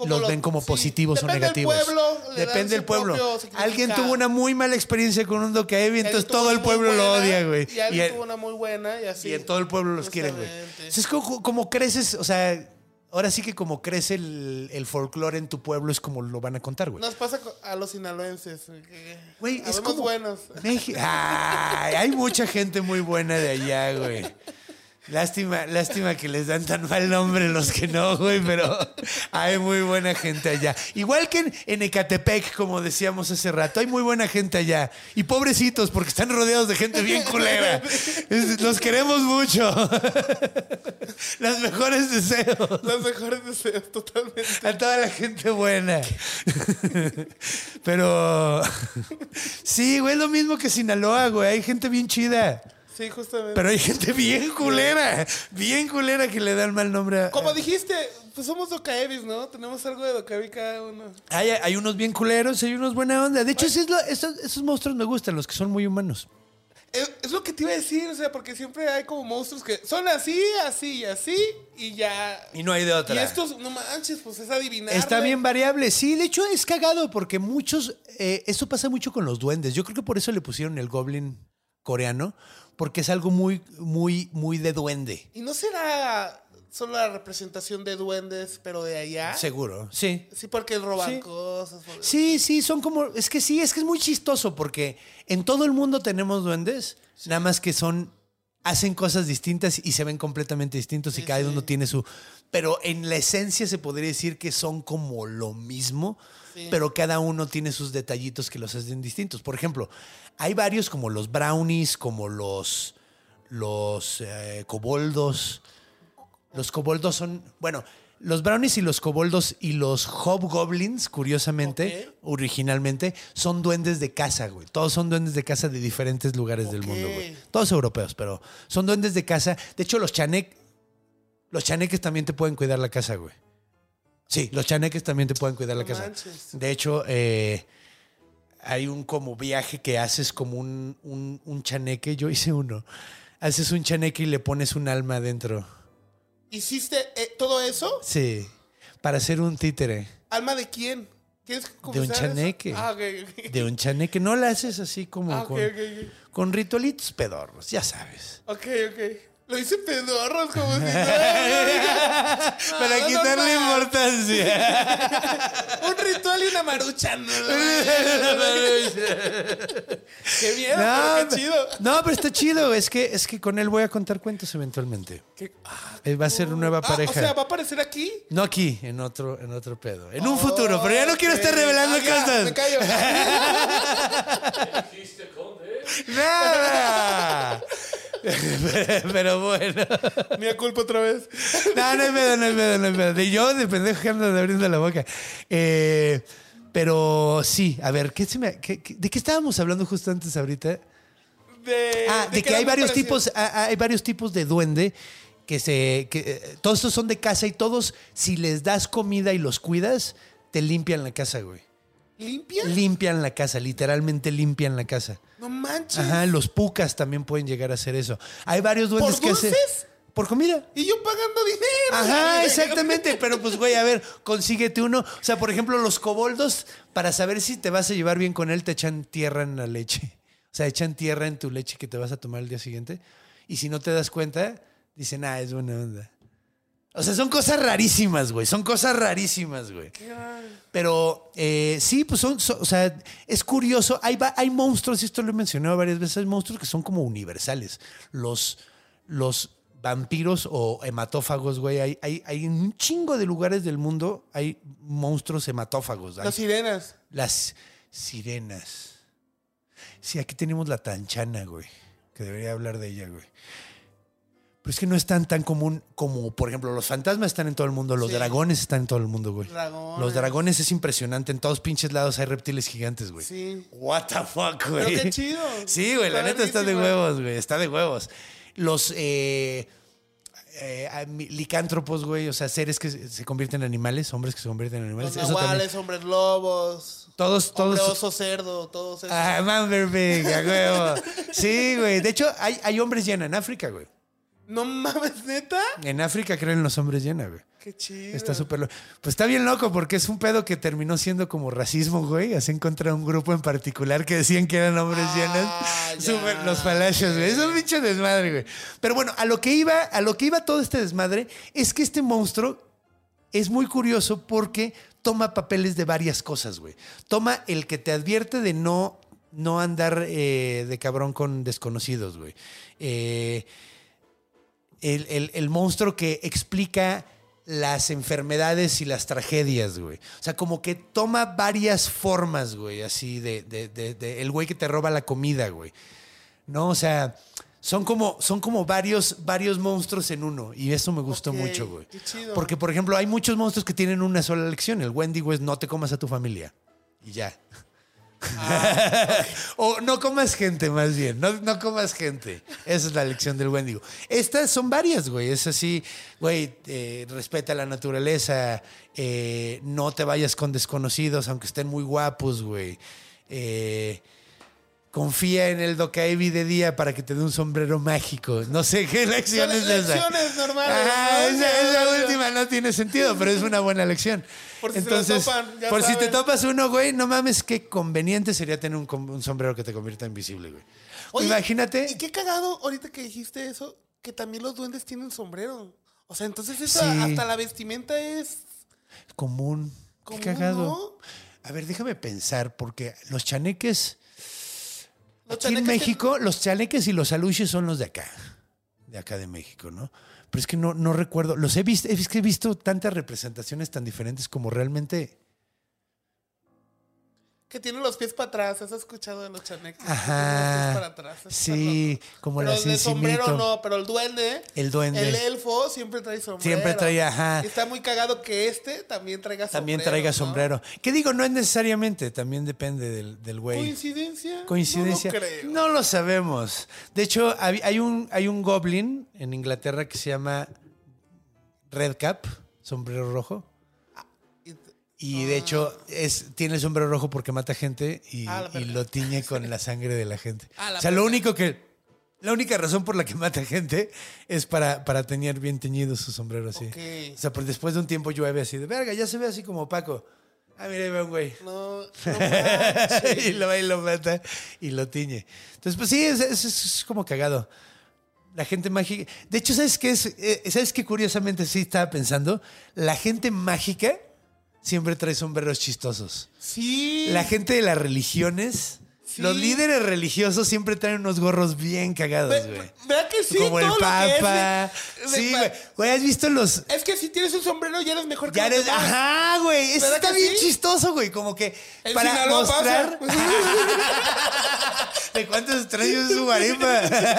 Como los los- ven como sí, positivos o depende del negativos. pueblo, le dan Depende del su pueblo. propio significado. Alguien tuvo una muy mala experiencia con un dokebi, entonces Él tuvo todo el una pueblo muy lo buena, odia, güey. Y alguien Y el- tuvo una muy buena y así. Y en todo el pueblo los quieren, güey. Justamente. O sea, es como, como creces, o sea, ahora sí que como crece el, el folclore en tu pueblo es como lo van a contar, güey. Nos pasa co- a los sinaloenses. que Güey, es habemos como... buenos. Meji- Ay, hay mucha gente muy buena de allá, güey. Lástima, lástima que les dan tan mal nombre los que no, güey, pero hay muy buena gente allá. Igual que en, en Ecatepec, como decíamos hace rato, hay muy buena gente allá. Y pobrecitos, porque están rodeados de gente bien culera. Es- Los queremos mucho. Los mejores deseos. Los mejores deseos, totalmente. A toda la gente buena. Pero sí, güey, es lo mismo que Sinaloa, güey. Hay gente bien chida. Sí, justamente. Pero hay gente bien culera. Bien culera que le dan mal nombre a. Como dijiste, pues somos docaebis, ¿no? Tenemos algo de docaebi cada uno. Hay, hay unos bien culeros y hay unos buena onda. De hecho, eso es lo- esos, esos monstruos me gustan, los que son muy humanos. Es, es lo que te iba a decir, o sea, porque siempre hay como monstruos que son así, así y así, y ya. Y no hay de otra. Y estos, no manches, pues es adivinar. Está bien variable. Sí, de hecho es cagado porque muchos. Eh, eso pasa mucho con los duendes. Yo creo que por eso le pusieron el goblin coreano, porque es algo muy, muy, muy de duende. ¿Y no será solo la representación de duendes, pero de allá? Seguro, sí. Sí, porque roban Sí. cosas. por- Sí, sí, son como. Es que sí, es que es muy chistoso porque en todo el mundo tenemos duendes, nada más que son. Hacen cosas distintas y se ven completamente distintos y Sí, cada sí. uno tiene su. Pero en la esencia se podría decir que son como lo mismo, Sí. pero cada uno tiene sus detallitos que los hacen distintos. Por ejemplo, hay varios como los brownies, como los. Los eh, koboldos. Los koboldos son. Bueno. Los brownies y los koboldos y los hobgoblins, curiosamente, Ok. originalmente, son duendes de casa, güey. Todos son duendes de casa de diferentes lugares del Ok. mundo, güey. Todos europeos, pero son duendes de casa. De hecho, los chanek, los chaneques también te pueden cuidar la casa, güey. Sí, los chaneques también te pueden cuidar la No casa. manches. De hecho, eh, hay un como viaje que haces como un, un, un chaneque. Yo hice uno. Haces un chaneque y le pones un alma adentro. ¿Hiciste eh, todo eso? Sí, para hacer un títere. ¿Alma de quién? ¿Quieres De un confesar eso? chaneque. Ah, ok, ok. De un chaneque. No la haces así como Ah, ok, con, ok, ok. con ritualitos pedorros, ya sabes. Ok, ok. Lo hice pedorros como si no. Para no, quitarle normal. importancia. Un ritual y una marucha. No, qué miedo, No, pero qué chido. no, pero está chido. Es que, es que con él voy a contar cuentos eventualmente. Qué- ah, Él va a ser nueva ah, pareja. o sea, ¿va a aparecer aquí? No aquí, en otro, en otro pedo. En un futuro, pero ya no quiero Ok. estar revelando Ah, ya, cosas. Me callo. Nada. Pero bueno. Mía culpa otra vez. No, no hay pedo, no hay pedo, no hay pedo. De yo, de pendejo que ando abriendo la boca. Eh, pero sí, a ver, ¿qué se me, qué- qué- ¿de qué estábamos hablando justo antes ahorita? De, Ah, de, que era hay muy varios parecido. tipos, ah, hay varios tipos de duende que se, que eh, todos estos son de casa y todos, si les das comida y los cuidas, te limpian la casa, güey. ¿Limpia? Limpian la casa, literalmente limpian la casa. No manches. Ajá, los pucas también pueden llegar a hacer eso. Hay varios duendes ¿Por que hacen. dulces? Por comida. Y yo pagando dinero. Ajá, exactamente. Pero pues, güey, a ver, consíguete uno. O sea, por ejemplo, los coboldos, para saber si te vas a llevar bien con él, te echan tierra en la leche. O sea, echan tierra en tu leche que te vas a tomar el día siguiente. Y si no te das cuenta, dicen, ah, es buena onda. O sea, son cosas rarísimas, güey. Son cosas rarísimas, güey. Pero eh, sí, pues son, son- o sea, es curioso. Hay, va- hay monstruos, y esto lo he mencionado varias veces, hay monstruos que son como universales. Los, los vampiros o hematófagos, güey. Hay, hay, hay en un chingo de lugares del mundo hay monstruos hematófagos. Hay Las sirenas. las sirenas. Sí, aquí tenemos la tanchana, güey. Que debería hablar de ella, güey. Pero es que no es tan, tan común como, por ejemplo, los fantasmas están en todo el mundo, los Sí. dragones están en todo el mundo, güey. Dragones. Los dragones es impresionante, en todos pinches lados hay reptiles gigantes, güey. Sí. What the fuck, güey. Pero qué chido. Sí, güey, la Está neta está de verguísima. huevos, güey, está de huevos. Los eh, eh, ami- licántropos, güey, o sea, seres que se se convierten en animales, hombres que se convierten en animales. Los Eso también. nahuales, hombres lobos. Todos, todos. Hombre oso cerdo, todos esos. Ah, Manberpig, a huevo. Sí, güey. De hecho, hay, hay hombres llena en África, güey. No mames, ¿neta? En África creen los hombres llena, güey. Qué chido. Está súper loco. Pues está bien loco porque es un pedo que terminó siendo como racismo, güey. Así en contra de un grupo en particular que decían que eran hombres Ah, llenas. ya. Súper- los palacios, güey. Es un pinche desmadre, güey. Pero bueno, a lo que iba, a lo que iba todo este desmadre es que este monstruo es muy curioso porque toma papeles de varias cosas, güey. Toma el que te advierte de no, no andar eh, de cabrón con desconocidos, güey. Eh, el, el- el monstruo que explica las enfermedades y las tragedias, güey. O sea, como que toma varias formas, güey, así de, de, de- de el güey que te roba la comida, güey. ¿No? O sea, son como, son como varios, varios monstruos en uno. Y eso me gustó Ok, mucho, güey. qué chido. Porque, por ejemplo, hay muchos monstruos que tienen una sola lección. El Wendigo es no te comas a tu familia. Y ya. O no comas gente, más bien. No, no comas gente. Esa es la lección del Wendigo. Estas son varias, güey. Es así, güey, eh, respeta la naturaleza. eh, no te vayas con desconocidos, aunque estén muy guapos, güey. Eh, confía en el Dokaebi de día para que te dé un sombrero mágico. No sé qué lección Son es esa. lecciones normales, Ajá, ¿no? esa, esa última no tiene sentido, pero es una buena lección. Por si se lo topan, ya por si te saben. topas uno, güey, no mames, qué conveniente sería tener un, com- un sombrero que te convierta invisible, güey. Oye, Imagínate. Y qué cagado, ahorita que dijiste eso, que también los duendes tienen sombrero. O sea, entonces eso, Sí. hasta la vestimenta es... Común. Común, Qué cagado. ¿no? A ver, déjame pensar, porque los chaneques. Los Aquí en chaneques México, los chaneques y los aluches son los de acá. De acá de México, ¿no? Pero es que no, no recuerdo. Los he visto, es que he visto tantas representaciones tan diferentes como realmente. Que tienen los pies para atrás. ¿Has escuchado de los chaneques? Que Ajá. tienen los pies para atrás. Está Sí, loco. como pero la el de sombrero Cincimito. no, pero el duende. El duende. El elfo siempre trae sombrero. Siempre trae, ajá. Y está muy cagado que este también traiga sombrero. También traiga ¿no? sombrero. ¿Qué digo? No es necesariamente, también depende del, del güey. ¿Coincidencia? Coincidencia. No lo creo. No lo sabemos. De hecho, hay hay un, hay un goblin en Inglaterra que se llama Red Cap, sombrero rojo. Y- Y de hecho, es, tiene el sombrero rojo porque mata gente y, Ah, la y verga. lo tiñe con la sangre de la gente. Ah, la o sea, lo verga. único que. La única razón por la que mata gente es para, para tener bien teñido su sombrero así. Ok. O sea, pues después de un tiempo llueve así de verga, ya se ve así como opaco. Ah, mira, ahí va un güey. No, no manches. y lo va y lo mata y lo tiñe. Entonces, pues sí, es, es- es como cagado. La gente mágica. De hecho, ¿sabes qué es? Eh, ¿Sabes qué curiosamente sí estaba pensando? La gente mágica siempre trae sombreros chistosos. Sí. La gente de las religiones, Sí. los líderes religiosos siempre traen unos gorros bien cagados, Ve- güey. ¿Verdad que sí? Como el Todo lo que es Papa. de- de- Sí, güey. Güey, ¿has visto los, Es que si tienes un sombrero ya eres mejor que ya los eres, demás. ajá, güey. Eso ¿Verdad está que bien sí? chistoso, güey. Como que En para Sinaloa mostrar. pasa. ¿De cuántos extraños es su guarimba?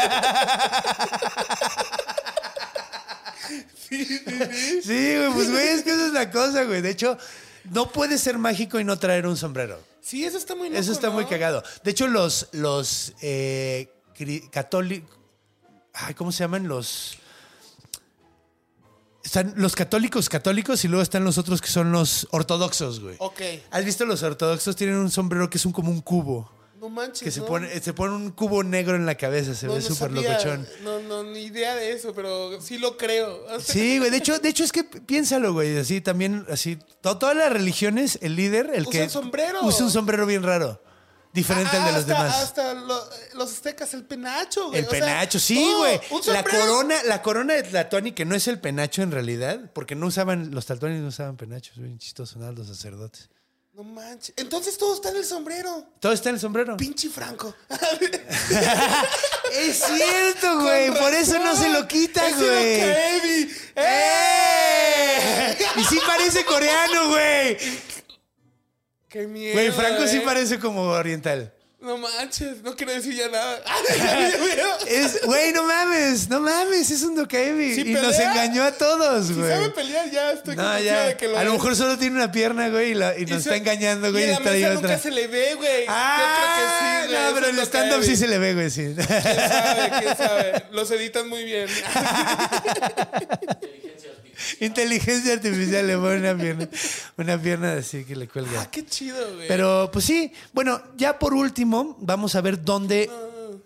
Sí, güey, pues güey, es que esa es la cosa, güey. De hecho, no puedes ser mágico y no traer un sombrero. Sí, eso está muy loco, Eso está ¿no? muy cagado. De hecho, los, los eh, católicos. ¿Cómo se llaman? Los. Están los católicos católicos y luego están los otros que son los ortodoxos, güey. Ok. ¿Has visto los ortodoxos? Tienen un sombrero que es un, como un cubo. No manches, Que se ¿no? pone, se pone un cubo negro en la cabeza. Se No, ve no súper sabía. locochón. No, no, ni idea de eso, pero sí lo creo. O sea, Sí, güey. De hecho, de hecho es que piénsalo, güey. Así también, así. to- Todas las religiones, el líder, el que. Usan sombrero. Usa un sombrero bien raro. Diferente al de los hasta, demás. Hasta lo- los aztecas, el penacho, güey. El O sea, penacho, sí, todo, güey. un La sombrero. corona, la corona de Tlatoani, que no es el penacho en realidad, porque no usaban, los Tlatoanis no usaban penachos, bien chistosos, nada, los sacerdotes. No manches. Entonces todo está en el sombrero. Todo está en el sombrero. Pinche Franco. Es cierto, güey. Con Por eso no razón. se lo quita, Ese güey. Dokaebi. ¡Eh! Y sí parece coreano, güey. Qué miedo. Güey, Franco sí eh. parece como oriental. No manches, no quiero decir ya nada. Ya me dio miedo. Es, güey, no mames, no mames, es un Dokaebi. Sí y nos pelea. engañó a todos, Si güey. sabe pelear, ya estoy No, convencido ya. de que lo A lo es. mejor solo tiene una pierna, güey, y, la- y nos se- está engañando, güey. Y Y en la está ahí mesa otra. nunca se le ve, güey. Ah, Yo creo que sí, güey. no, Es pero un el stand-up Dokaebi. sí se le ve, güey, sí. ¿Quién sabe? ¿Quién sabe? Los editan muy bien. Inteligencia artificial le pone una pierna, una pierna así que le cuelga. Ah, qué chido, güey. Pero, pues sí, bueno, ya por último, vamos a ver dónde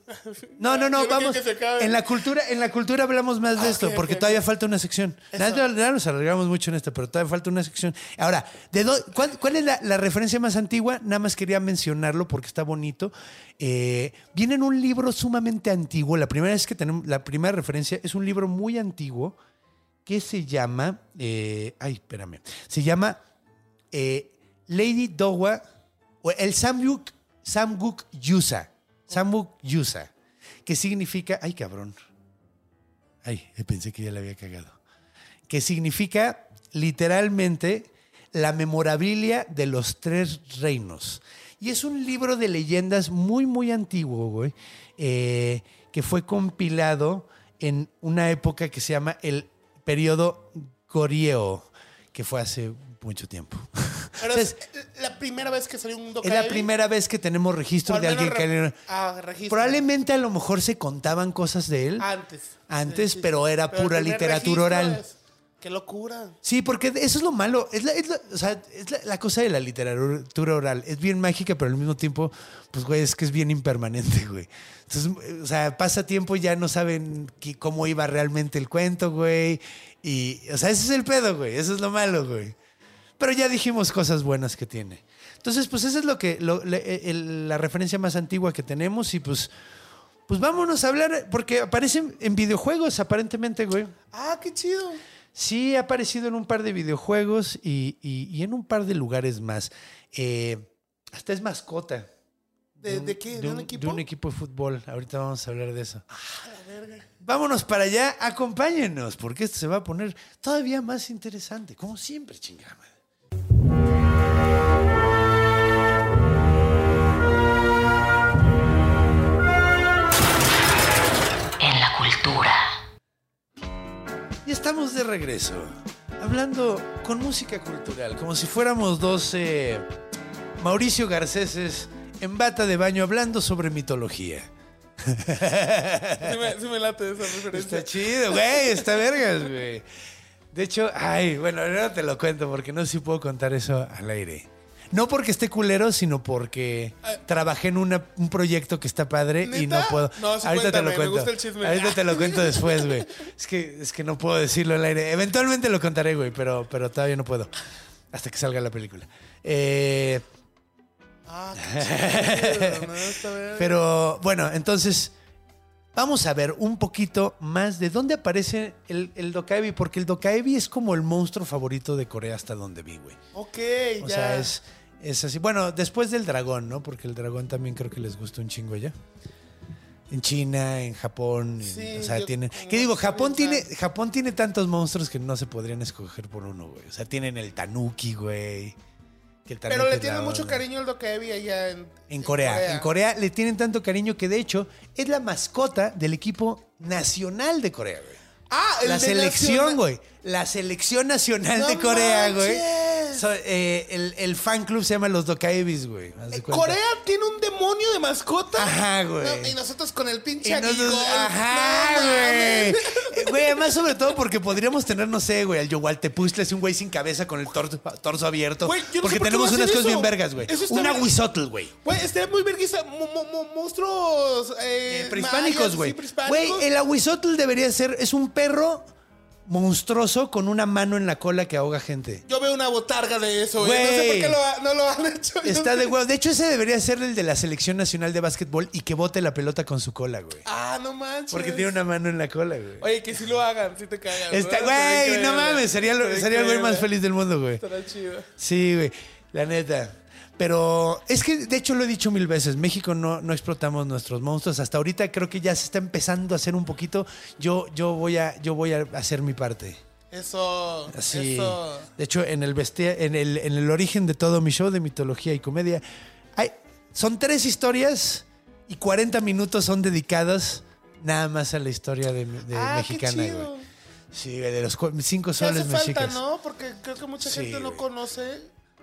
No, no, no, Yo no vamos. quiero que se acabe. En la cultura, en la cultura hablamos más de Ah, esto, ok, porque ok, todavía ok. falta una sección. Eso. Nada, ya nos alargamos mucho en esto, pero todavía falta una sección. Ahora, ¿de dó- cuál, cuál es la, la referencia más antigua? Nada más quería mencionarlo porque está bonito. Eh, viene en un libro sumamente antiguo. La primera vez que tenemos, la primera referencia es un libro muy antiguo que se llama, eh, ay, espérame, se llama eh, Lady Dowa, o el Samyuk, Samguk Yusa, Samguk Yusa, que significa, ay cabrón, ay, pensé que ya la había cagado, que significa literalmente la memorabilia de los tres reinos. Y es un libro de leyendas muy, muy antiguo, güey, eh, que fue compilado en una época que se llama el periodo Goryeo, que fue hace mucho tiempo. Pero O sea, es la primera vez que salió un es Dokaebi. la primera vez que tenemos registro O al de alguien menos que... re- ah, registro. Probablemente a lo mejor se contaban cosas de él. Antes. Antes, Sí, sí, pero sí. era Pero el pura primer literatura registro oral. es- Qué locura. Sí, porque eso es lo malo. Es la, es la- o sea, es la, la cosa de la literatura oral. Es bien mágica, pero al mismo tiempo, pues, güey, es que es bien impermanente, güey. Entonces, o sea, pasa tiempo y ya no saben qué- cómo iba realmente el cuento, güey. Y, o sea, ese es el pedo, güey. Eso es lo malo, güey. Pero ya dijimos cosas buenas que tiene. Entonces, pues, esa es lo que lo- le- el- la referencia más antigua que tenemos y, pues, pues vámonos a hablar, porque aparecen en videojuegos, aparentemente, güey. Ah, qué chido. Sí, ha aparecido en un par de videojuegos y, y- y en un par de lugares más. Eh, hasta es mascota. ¿De, un- de qué? ¿De un equipo? De un equipo de fútbol. Ahorita vamos a hablar de eso. Vámonos para allá, acompáñenos, porque esto se va a poner todavía más interesante, como siempre, chingada madre. En la cultura. Y estamos de regreso, hablando con música cultural, como si fuéramos dos eh, Mauricio Garceses en bata de baño hablando sobre mitología. Sí me, sí me late esa referencia. Está chido, güey, está vergas, güey. De hecho, ay, bueno, ahora te lo cuento porque no sé si puedo contar eso al aire. No porque esté culero, sino porque trabajé en una- un proyecto que está padre y no ¿Neta? puedo. No, sí, ahorita te lo cuéntame, me cuento. gusta el chisme. Ahorita te lo cuento después, güey. Es que, es que no puedo decirlo al aire. Eventualmente lo contaré, güey, pero, pero todavía no puedo. Hasta que salga la película. Eh, Ah, qué chido. No, está bien. pero bueno, entonces vamos a ver un poquito más de dónde aparece el, el Dokaebi, porque el Dokaebi es como el monstruo favorito de Corea hasta donde vi, güey. Ok, O ya. sea, es, es así. Bueno, después del dragón, ¿no? Porque el dragón también creo que les gusta un chingo ya. En China, en Japón. en- Sí, o sea, yo- tienen. como ¿Qué digo? que Japón también tiene, sabe. Japón tiene tantos monstruos que no se podrían escoger por uno, güey. O sea, tienen el tanuki, güey. que el Pero tanuki le es tienen la mucho onda. cariño al Dokaebi allá en, En Corea. En Corea le tienen tanto cariño que de hecho es la mascota del equipo nacional de Corea, güey. Ah, el La de selección, nacional- güey. La selección nacional ¡No de Corea, güey. manches! So, eh, el, el fan club se llama los Dokaebis, güey. Haz de cuenta. Corea tiene un demonio de mascota. Ajá, güey. No, y nosotros con el pinche Y nosotros- Aguigol. ajá, No güey. mames. Eh, Güey, además sobre todo porque podríamos tener, no sé, güey, al Yohualtepuztle, es un güey sin cabeza con el torso, torso abierto. Güey, yo no sé porque por qué tenemos va a unas hacer cosas eso. bien vergas, güey. Eso está Un bien. aguizotl, güey. Güey, estaría muy vergüenza. Mo- mo- mo- monstruos. Eh, Eh, prehispánicos, mayas, güey. sí, prehispánicos. Güey, el aguizotl debería ser, es un perro monstruoso con una mano en la cola que ahoga gente. Yo veo una botarga de eso, güey. No sé Güey. por qué lo ha- no lo han hecho. Yo Está sé- de huevo. De hecho, ese debería ser el de la selección nacional de básquetbol y que bote la pelota con su cola, güey. Ah, no manches. Porque tiene una mano en la cola, güey. Oye, que si lo hagan, si te cagas. Está, ¿no? güey, Estaría no increíble. mames, sería, lo- Estaría sería el güey más increíble. feliz del mundo, güey. Estará chido. Sí, güey, la neta. Pero es que, de hecho, lo he dicho mil veces, México no, no explotamos nuestros monstruos. Hasta ahorita creo que ya se está empezando a hacer un poquito. Yo, yo, voy, a, yo voy a hacer mi parte. Eso. Así. Eso. De hecho, en el, bestia, en, el, en el origen de todo mi show de mitología y comedia, hay, son tres historias y cuarenta minutos son dedicadas nada más a la historia de, de Ah, mexicana, qué chido. güey. Sí, de los cu- cinco ¿Qué hace soles falta, mexicas. no? Porque creo que mucha Sí, gente no güey. conoce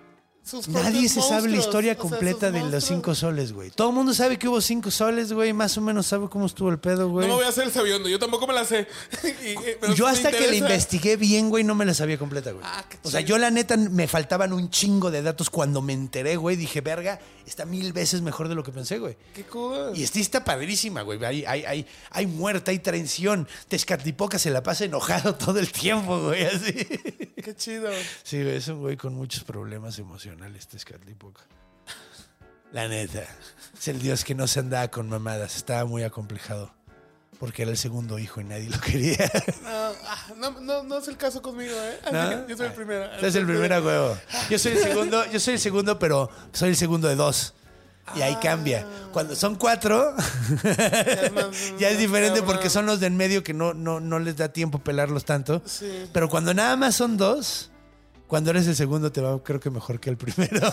sus Nadie se sabe la historia o sea, completa de los cinco soles, güey. Todo el mundo sabe que hubo cinco soles, güey. Más o menos sabe cómo estuvo el pedo, güey. No me voy a hacer el sabiondo, yo tampoco me la sé. y, pero yo me hasta interesa. que la investigué bien, güey, no me la sabía completa, güey. Ah, qué o sea, chido. yo la neta me faltaban un chingo de datos cuando me enteré, güey. Dije, verga, está mil veces mejor de lo que pensé, güey. Qué cool. Y esta está padrísima, güey. Hay, hay, hay, hay muerte, hay traición. Tezcatlipoca se la pasa enojado todo el tiempo, güey, así. Qué chido. Sí, güey, es un güey con muchos problemas emocionales, Tezcatlipoca. La neta. Es el dios que no se andaba con mamadas. Estaba muy acomplejado. Porque era el segundo hijo y nadie lo quería. No, ah, no, no, no es el caso conmigo, ¿eh? ¿No? Yo soy el primero. Tú eres el primero, huevo. Yo soy el segundo, yo soy el segundo, pero soy el segundo de dos. Y ahí cambia. Cuando son cuatro, Ya es, más, ya es más diferente cabrón. porque son los de en medio que no, no, no les da tiempo pelarlos tanto. Sí. Pero cuando nada más son dos, cuando eres el segundo te va creo que mejor que el primero.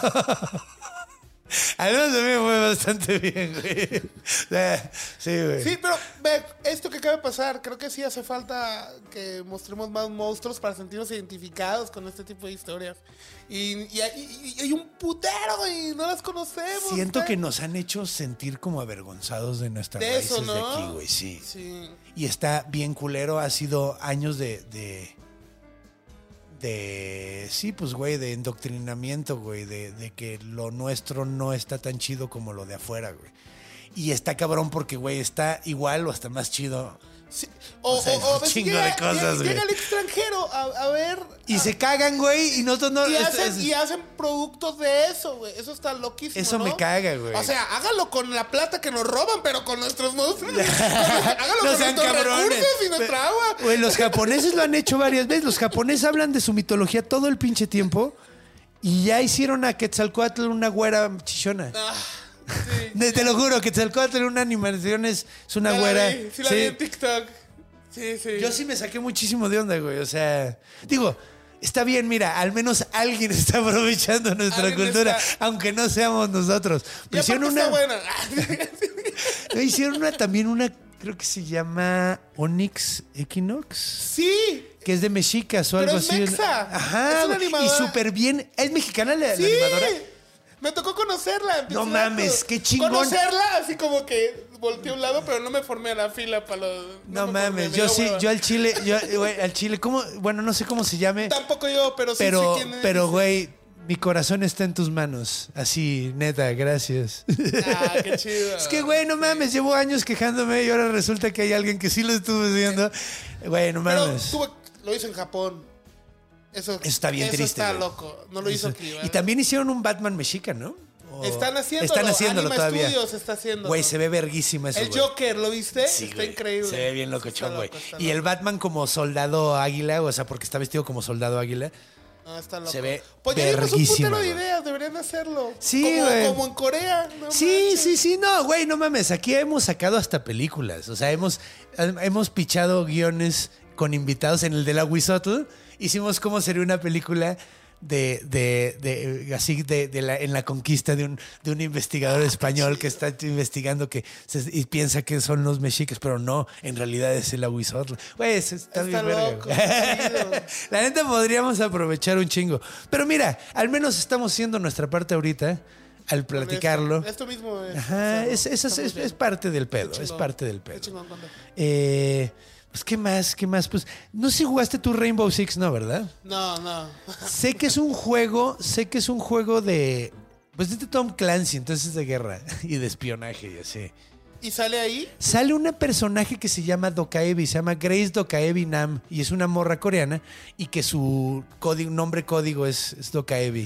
Al menos a mí me fue bastante bien, güey. O sea, sí, güey. Sí, pero ve, esto que acaba de pasar, creo que sí hace falta que mostremos más monstruos para sentirnos identificados con este tipo de historias. Y, y, y- y hay un putero y no las conocemos. Siento güey. que nos han hecho sentir como avergonzados de nuestras De raíces eso, ¿no? de aquí, güey, sí. Sí. Y está bien culero, ha sido años de... de de sí, pues, güey, de endoctrinamiento, güey, de, de que lo nuestro no está tan chido como lo de afuera, güey. Y está cabrón porque, güey, está igual o hasta más chido. Sí. O, O sea, o- o a un veces chingo llega, de cosas, llega, güey. llega el extranjero a, a ver. Y a- se cagan, güey, y nosotros no... y, es- hacen, es- y hacen productos de eso, güey. Eso está loquísimo. Eso ¿no? me caga, güey. O sea, hágalo con la plata que nos roban, pero con nuestros monstruos. hágalo No con sean nuestros cabrones. recursos y nuestra agua. Güey, los japoneses lo han hecho varias veces. Los japoneses hablan de su mitología todo el pinche tiempo. Y ya hicieron a Quetzalcóatl una güera chichona. Ah, sí. Te, te lo juro, Quetzalcóatl en una animación es, es una Ya la güera. vi, sí, la Sí. vi en TikTok. Sí, sí. Yo sí me saqué muchísimo de onda, güey. O sea, digo, está bien, mira, al menos alguien está aprovechando nuestra Alguien cultura, está- aunque no seamos nosotros. Y Pero hicieron aparte una, está buena. no, hicieron una también una, creo que se llama Onyx Equinox. Sí. Que es de mexicas o Pero algo es así. mexa. Ajá. Es una güey, y animadora. súper bien. ¿Es mexicana la, la Sí. animadora? Me tocó conocerla. en No Pixelato. mames, qué chingón. Conocerla, así como que volteé a un lado, pero no me formé a la fila para los. No, me formé, mames, me yo dio sí, hueva. yo al chile, yo, güey, al chile, ¿cómo? Bueno, no sé cómo se llame, Tampoco yo, pero sí pero, sé quién es. pero, güey, mi corazón está en tus manos. Así, neta, gracias. Ah, qué chido. Es que, güey, no mames, llevo años quejándome y ahora resulta que hay alguien que sí lo estuvo haciendo. Güey, no Pero mames. tuvo- lo hizo en Japón. Eso, Eso está bien eso triste. está güey. loco. No lo hizo Eso- aquí, Y ¿verdad? también hicieron un Batman mexica, ¿no? O- Están haciéndolo. Están haciéndolo Anima todavía. Studios está haciéndolo. Güey, se ve verguísima eso, El güey. Joker, ¿lo viste? Sí, está güey. increíble. Se ve bien Está locochón, güey. loco, está Y el loco. Batman como soldado águila, o sea, porque está vestido como soldado águila. No, está loco. Se ve Pues ya vimos un verguísima, putero de güey. ideas, deberían hacerlo. Sí, como, güey. como en Corea. No Sí, manches. sí, sí, no, güey, no mames. Aquí hemos sacado hasta películas. O sea, hemos, hemos pichado guiones con invitados en el de la Huizotl. Hicimos cómo sería una película de, de, de así de, de la, en la conquista de un, de un investigador español que está investigando que se- y piensa que son los mexicas, pero no, en realidad es el Aguizotl. Güey, eso está, Está bien verga, loco, güey. chido. La neta podríamos aprovechar un chingo. Pero mira, al menos estamos haciendo nuestra parte ahorita al platicarlo. Esto, esto mismo es. Ajá, hacerlo. es, es, es, Está muy es- bien. es parte del pedo, Qué es chingón. parte del Qué pedo. chingón, Conde. Eh, pues, ¿qué más? ¿Qué más? Pues, no sé si jugaste tu Rainbow Six, ¿no? ¿Verdad? No, no. Sé que es un juego, sé que es un juego de... Pues es de Tom Clancy, entonces es de guerra y de espionaje y así. ¿Y sale ahí? Sale una personaje que se llama Dokaebi, se llama Grace Dokaebi Nam y es una morra coreana y que su código, nombre código es, es Dokaebi.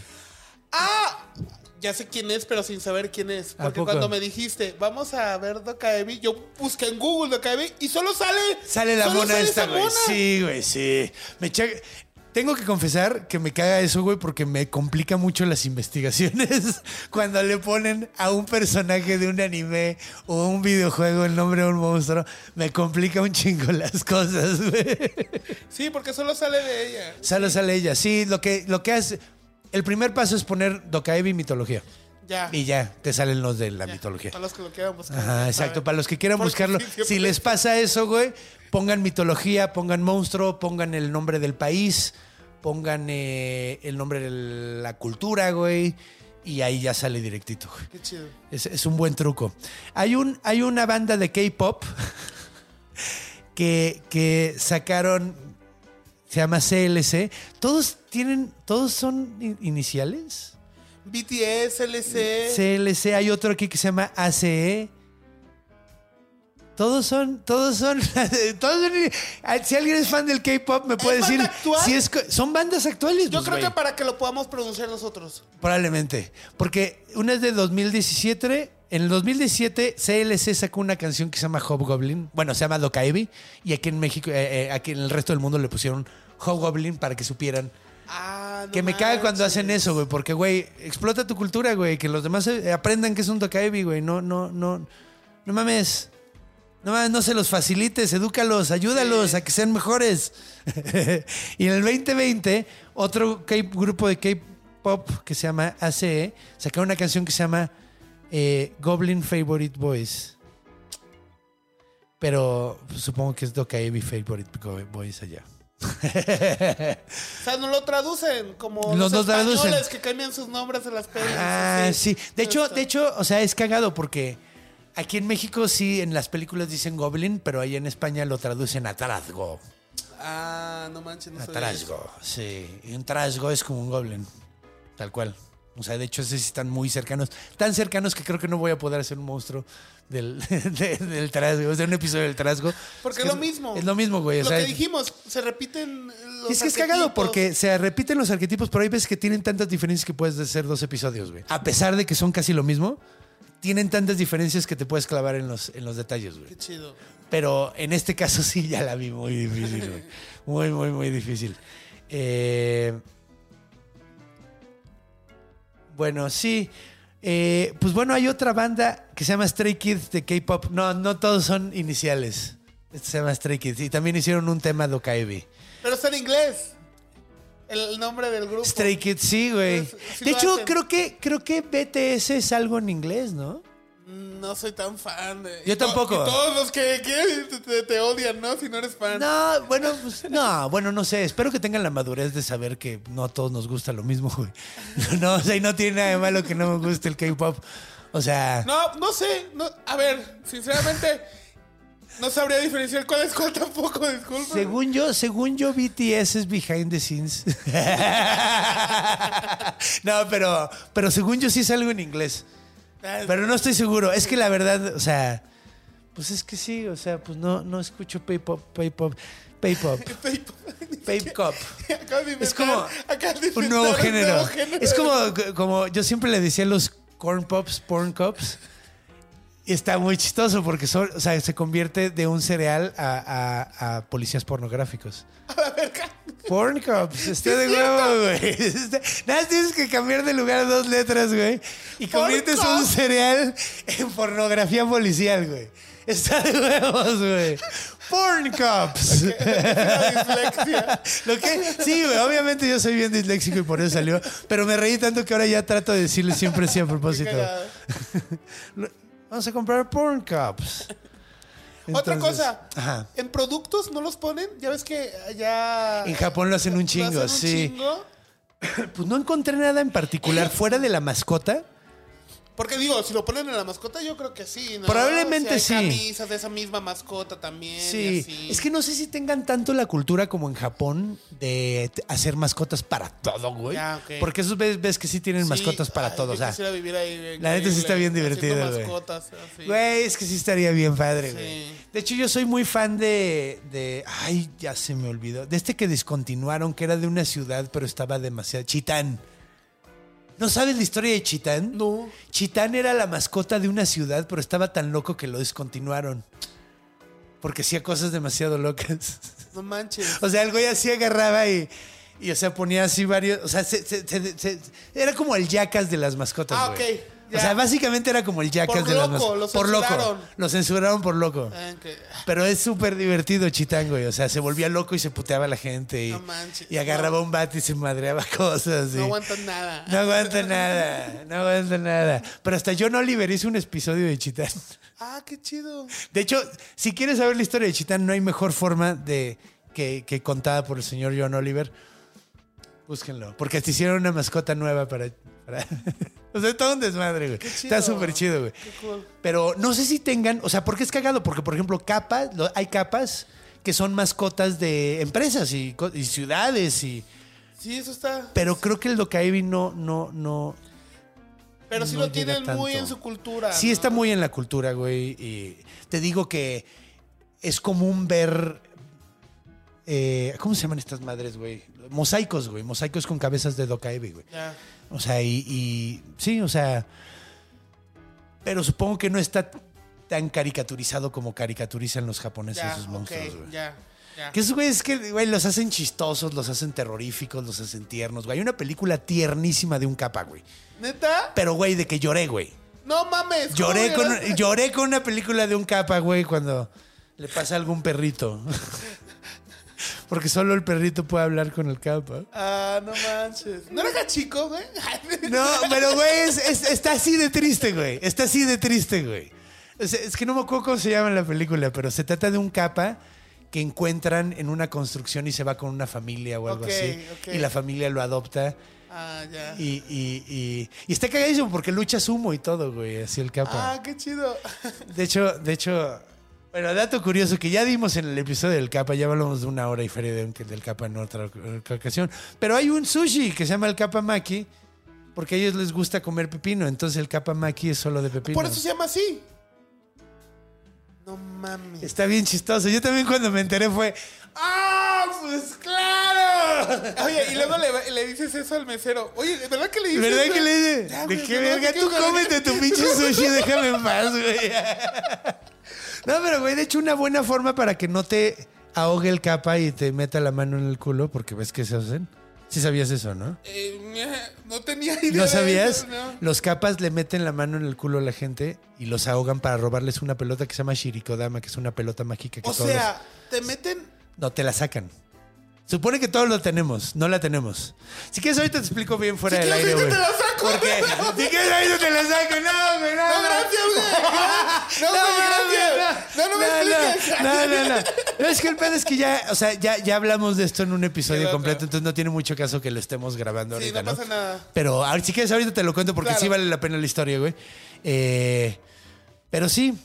¡Ah! Ya sé quién es, pero sin saber quién es. ¿A Porque poco? cuando me dijiste, vamos a ver Dokaebi, yo busqué en Google Dokaebi y solo sale. Sale la solo mona sale esta, esa güey. mona. Sí, güey, sí. Me echa- Tengo que confesar que me caga eso, güey, porque me complica mucho las investigaciones cuando le ponen a un personaje de un anime o un videojuego el nombre de un monstruo. Me complica un chingo las cosas, güey. Sí, porque solo sale de ella. Solo sale ella. Sí, lo que, lo que hace... El primer paso es poner Dokaebi mitología. Ya. Y ya, te salen los de la Ya. mitología. Para los que lo quieran buscar. Ajá, ya exacto. saben. Para los que quieran Porque buscarlo, sí, siempre- si les pasa eso, güey, pongan mitología, pongan monstruo, pongan el nombre del país, pongan eh, el nombre de la cultura, güey, y ahí ya sale directito, güey. Qué chido. Es, es un buen truco. Hay, un, hay una banda de K-pop que, que sacaron, se llama C L C. Todos tienen, todos son in- iniciales. B T S, L C. C L C, hay otro aquí que se llama A C E. Todos son, todos son, todos son. Si alguien es fan del K-pop, me puede ¿Es decir banda actual? si es, son bandas actuales. Yo pues, creo güey. que para que lo podamos pronunciar nosotros. Probablemente. Porque una es de dos mil diecisiete. En el dos mil diecisiete, C L C sacó una canción que se llama Hobgoblin. Bueno, se llama Dokaebi. Y aquí en México, eh, eh, aquí en el resto del mundo le pusieron Hobgoblin para que supieran. Ah, no Que me caga cuando manches. hacen eso, güey. Porque, güey, explota tu cultura, güey. Que los demás eh, aprendan que es un Dokaebi, güey. No, no, no. No mames. No mames, no se los facilites. Edúcalos, ayúdalos Sí. a que sean mejores. Y en el veinte veinte, otro K- grupo de K-pop que se llama A C E sacó una canción que se llama eh, Goblin Favorite Boys. Pero pues, supongo que es Dokaebi Favorite Boys allá. O sea, no lo traducen como Los los, dos españoles traducen. que cambian sus nombres en las pelis. Ah, así. sí. De hecho, Esto. de hecho, o sea, es cagado porque aquí en México sí, en las películas dicen Goblin, pero ahí en España lo traducen a trasgo. Ah, no manches, no A sé. trasgo, sí. Y un trasgo es como un Goblin, tal cual. O sea, de hecho, esos sí están muy cercanos. Tan cercanos que creo que no voy a poder hacer un monstruo del, de- del trasgo, o sea, un episodio del trasgo. Porque Es es que lo mismo. Es lo mismo, güey. o Lo sea, que dijimos, se repiten los y es que es cagado arquetipos. porque se repiten los arquetipos, pero hay veces que tienen tantas diferencias que puedes hacer dos episodios, güey. A pesar de que son casi lo mismo, tienen tantas diferencias que te puedes clavar en los, en los detalles, güey. Qué chido. Pero en este caso sí ya la vi muy difícil, güey. Muy, muy, muy difícil. Eh, bueno, sí. Eh, pues bueno, hay otra banda que se llama Stray Kids de K-pop. No, no todos son iniciales. Este se llama Stray Kids. Y también hicieron un tema Dokaebi. Pero está en inglés. El, el nombre del grupo. Stray Kids, sí, güey. Pues, sí De lo hecho, hacen. creo que, creo que B T S es algo en inglés, ¿no? No soy tan fan. De... Yo y to- tampoco. y todos los que quieren te, te- te odian, ¿no? Si no eres fan. No, bueno, pues, no, bueno, no sé. Espero que tengan la madurez de saber que no a todos nos gusta lo mismo, güey. No, o sea, y no tiene nada de malo que no me guste el K-pop. O sea, No, no sé. No, a ver, sinceramente, no sabría diferenciar cuál es cuál tampoco, disculpa. según yo, según yo, B T S es behind the scenes. No, pero, pero según yo sí es algo en inglés. Pero no estoy seguro. Es que la verdad, o sea, pues es que sí, o sea, pues no, no escucho K-pop, K-pop, K-pop, K-pop. Acabas de Es como inventar- acabas de un inventar nuevo género. nuevo género. Es como, como yo siempre le decía a los corn pops, porn cops. Y está muy chistoso porque son, o sea, se convierte de un cereal a, a- a policías pornográficos. Porn cops, está de huevo, güey. Está- Nada más tienes que cambiar de lugar dos letras, güey. Y Porn conviertes cop. un cereal en pornografía policial, güey. Está de huevos, güey. Porn cops. La dislexia. ¿Lo que? Sí, güey, obviamente yo soy bien disléxico y por eso salió. Pero me reí tanto que ahora ya trato de decirle siempre sí a propósito. Cagado. Vamos a comprar porn cups. Otra Entonces, cosa, Ajá. en productos no los ponen. Ya ves que allá. En Japón lo hacen un lo chingo, hacen un sí. chingo. Pues no encontré nada en particular fuera de la mascota. Porque digo, si lo ponen en la mascota, yo creo que sí, ¿no? Probablemente Si hay sí. camisas de esa misma mascota también. y Sí, así. es que no sé si tengan tanto la cultura como en Japón de t- hacer mascotas para todo, güey. Ya, ok. Porque esos ves, ves que sí tienen Sí, mascotas para ay, todo. yo O sea, quisiera vivir ahí, la neta sí está bien increíble, divertido, haciendo güey. mascotas, así. güey, es que sí estaría bien padre, güey. Sí. De hecho, yo soy muy fan de, de. Ay, ya se me olvidó. De este que descontinuaron, que era de una ciudad, pero estaba demasiado. Chitán. ¿No sabes la historia de Chitán? No. Chitán era la mascota de una ciudad, pero estaba tan loco que lo descontinuaron. Porque hacía cosas demasiado locas. No manches. O sea, el güey así agarraba y, y o sea, ponía así varios. O sea, se- se- se- se- era como el Jackass de las mascotas. Ah, güey. ok, ya. O sea, básicamente era como el Jackass Por de las loco, mascotas. lo Por loco. censuraron. Lo censuraron por loco. Ah, que- Pero es súper divertido, Chitán, güey. O sea, se volvía loco y se puteaba a la gente. Y, No manches, y agarraba no. un bate y se madreaba cosas. No y- aguantan nada. No aguanta nada. No aguanta nada. Pero hasta John Oliver hizo un episodio de Chitán. Ah, qué chido. De hecho, si quieres saber la historia de Chitán, no hay mejor forma de que, que contada por el señor John Oliver. Búsquenlo. Porque te hicieron una mascota nueva para... para... o sea, todo un desmadre, güey. Está súper chido, güey. Qué cool. Pero no sé si tengan... O sea, ¿por qué es cagado? Porque, por ejemplo, capas... Hay capas que son mascotas de empresas y, y ciudades y... Sí, eso está... Pero creo que el Dokaebi no... no, no Pero sí no lo llega tienen tanto. muy en su cultura. Sí, ¿no? está muy en la cultura, güey. Y te digo que es común ver... Eh, ¿Cómo se llaman estas madres, güey? Mosaicos, güey. Mosaicos con cabezas de Dokaebi, güey. Ya. O sea, y, y... Sí, o sea... Pero supongo que no está tan caricaturizado como caricaturizan los japoneses Ya, esos monstruos, güey. ok, ya, ya. Que esos güeyes que, güey, los hacen chistosos, los hacen terroríficos, los hacen tiernos, güey. Hay una película tiernísima de un capa, güey. ¿Neta? Pero, güey, de que lloré, güey. No mames. ¿cómo Lloré con, lloraste? lloré con una película de un capa, güey, cuando le pasa a algún perrito. Porque solo el perrito puede hablar con el capa. Ah, no manches. ¿No era chico, güey? No, pero, güey, es, es- está así de triste, güey. Está así de triste, güey. O sea, es que no me acuerdo cómo se llama la película, pero se trata de un capa que encuentran en una construcción y se va con una familia o algo Ok, así. ok. Y la familia lo adopta. Ah, ya. Y, y, y, y está cagadísimo porque lucha sumo y todo, güey, así el capa. Ah, qué chido. De hecho, de hecho, bueno, dato curioso que ya dimos en el episodio del capa, ya hablamos de una hora y feria de- del capa en otra, otra ocasión. Pero hay un sushi que se llama el capa maki porque a ellos les gusta comer pepino, entonces el capa maki es solo de pepino. Por eso se llama así. No mames. Está bien chistoso. Yo también cuando me enteré fue, ¡ah, pues claro! Oye, y luego le, le dices eso al mesero. Oye, ¿de verdad que le dices ¿Verdad eso? que le dice? Ya, ¿De güey, qué ¿verdad verga? que Tú quiero cómete tu pinche sushi, déjame en paz, güey. No, pero güey, de hecho una buena forma para que no te ahogue el capa y te meta la mano en el culo, porque ves que se hacen. Sí sabías eso, ¿no? Eh, no tenía idea. ¿No de sabías? eso, no. Los capas le meten la mano en el culo a la gente y los ahogan para robarles una pelota que se llama Shirikodama, que es una pelota mágica que O todos sea, te meten... los- No, te la sacan. Supone que todos lo tenemos, no la tenemos. Si quieres ahorita te explico bien fuera Si del quieres, aire, ahorita güey. te la saco. Porque si quieres ahorita te la saco, no, güey, no. No, gracias, güey. No, güey, gracias. No, no me expliques. No, no, no. No, es que el pedo es que ya, o sea, ya, ya hablamos de esto en un episodio Qué loco. completo, entonces no tiene mucho caso que lo estemos grabando Sí, ahorita, no ¿no? pasa nada. Pero a ver, si quieres ahorita te lo cuento porque Claro. sí vale la pena la historia, güey. Eh, pero sí.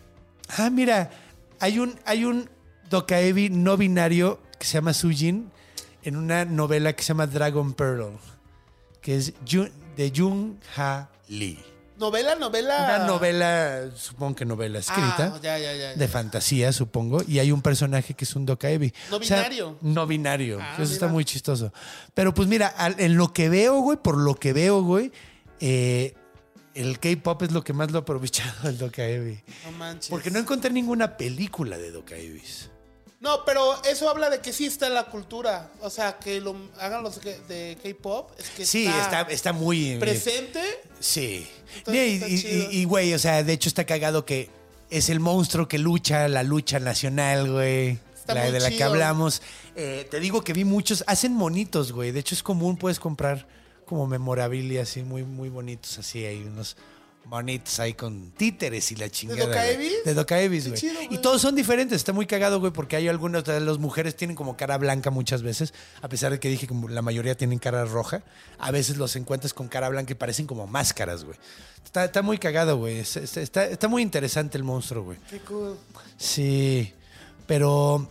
Ah, mira, hay un, hay un Dokaebi no binario que se llama Sujin en una novela que se llama Dragon Pearl, que es Jun- de Jung Ha Lee. Novela, novela. Una novela, supongo que novela escrita, Ah, ya, ya, ya. ya. de fantasía, supongo, y hay un personaje que es un Dokaebi. No O sea, binario. no binario. Ah, Eso está mira. muy chistoso. Pero pues mira, al- en lo que veo, güey, por lo que veo, güey, eh, el K-pop es lo que más lo ha aprovechado el Dokaebi. No manches. Porque no encontré ninguna película de Dokaebis. No, pero eso habla de que sí está en la cultura. O sea, que lo hagan los que- de K-pop. Es que Sí, está, está muy... presente. Sí. Entonces Y, está y- chido. y- y, güey, o sea, de hecho está cagado que es el monstruo que lucha, la lucha nacional, güey. Está La muy de la que chido. hablamos. Eh, te digo que vi muchos, hacen monitos, güey. De hecho es común, puedes comprar como memorabilia así, muy, muy bonitos, así. Hay unos monitos ahí con títeres y la chingada. güey. Dokaebis? De Dokaebis, Qué güey. chido, Y güey. todos son diferentes, está muy cagado, güey, porque hay algunas de las mujeres tienen como cara blanca muchas veces, a pesar de que dije que la mayoría tienen cara roja. A veces los encuentras con cara blanca y parecen como máscaras, güey. Está, está muy cagado, güey. Es- es- Está, está muy interesante el monstruo, güey. Qué cool. Sí, pero...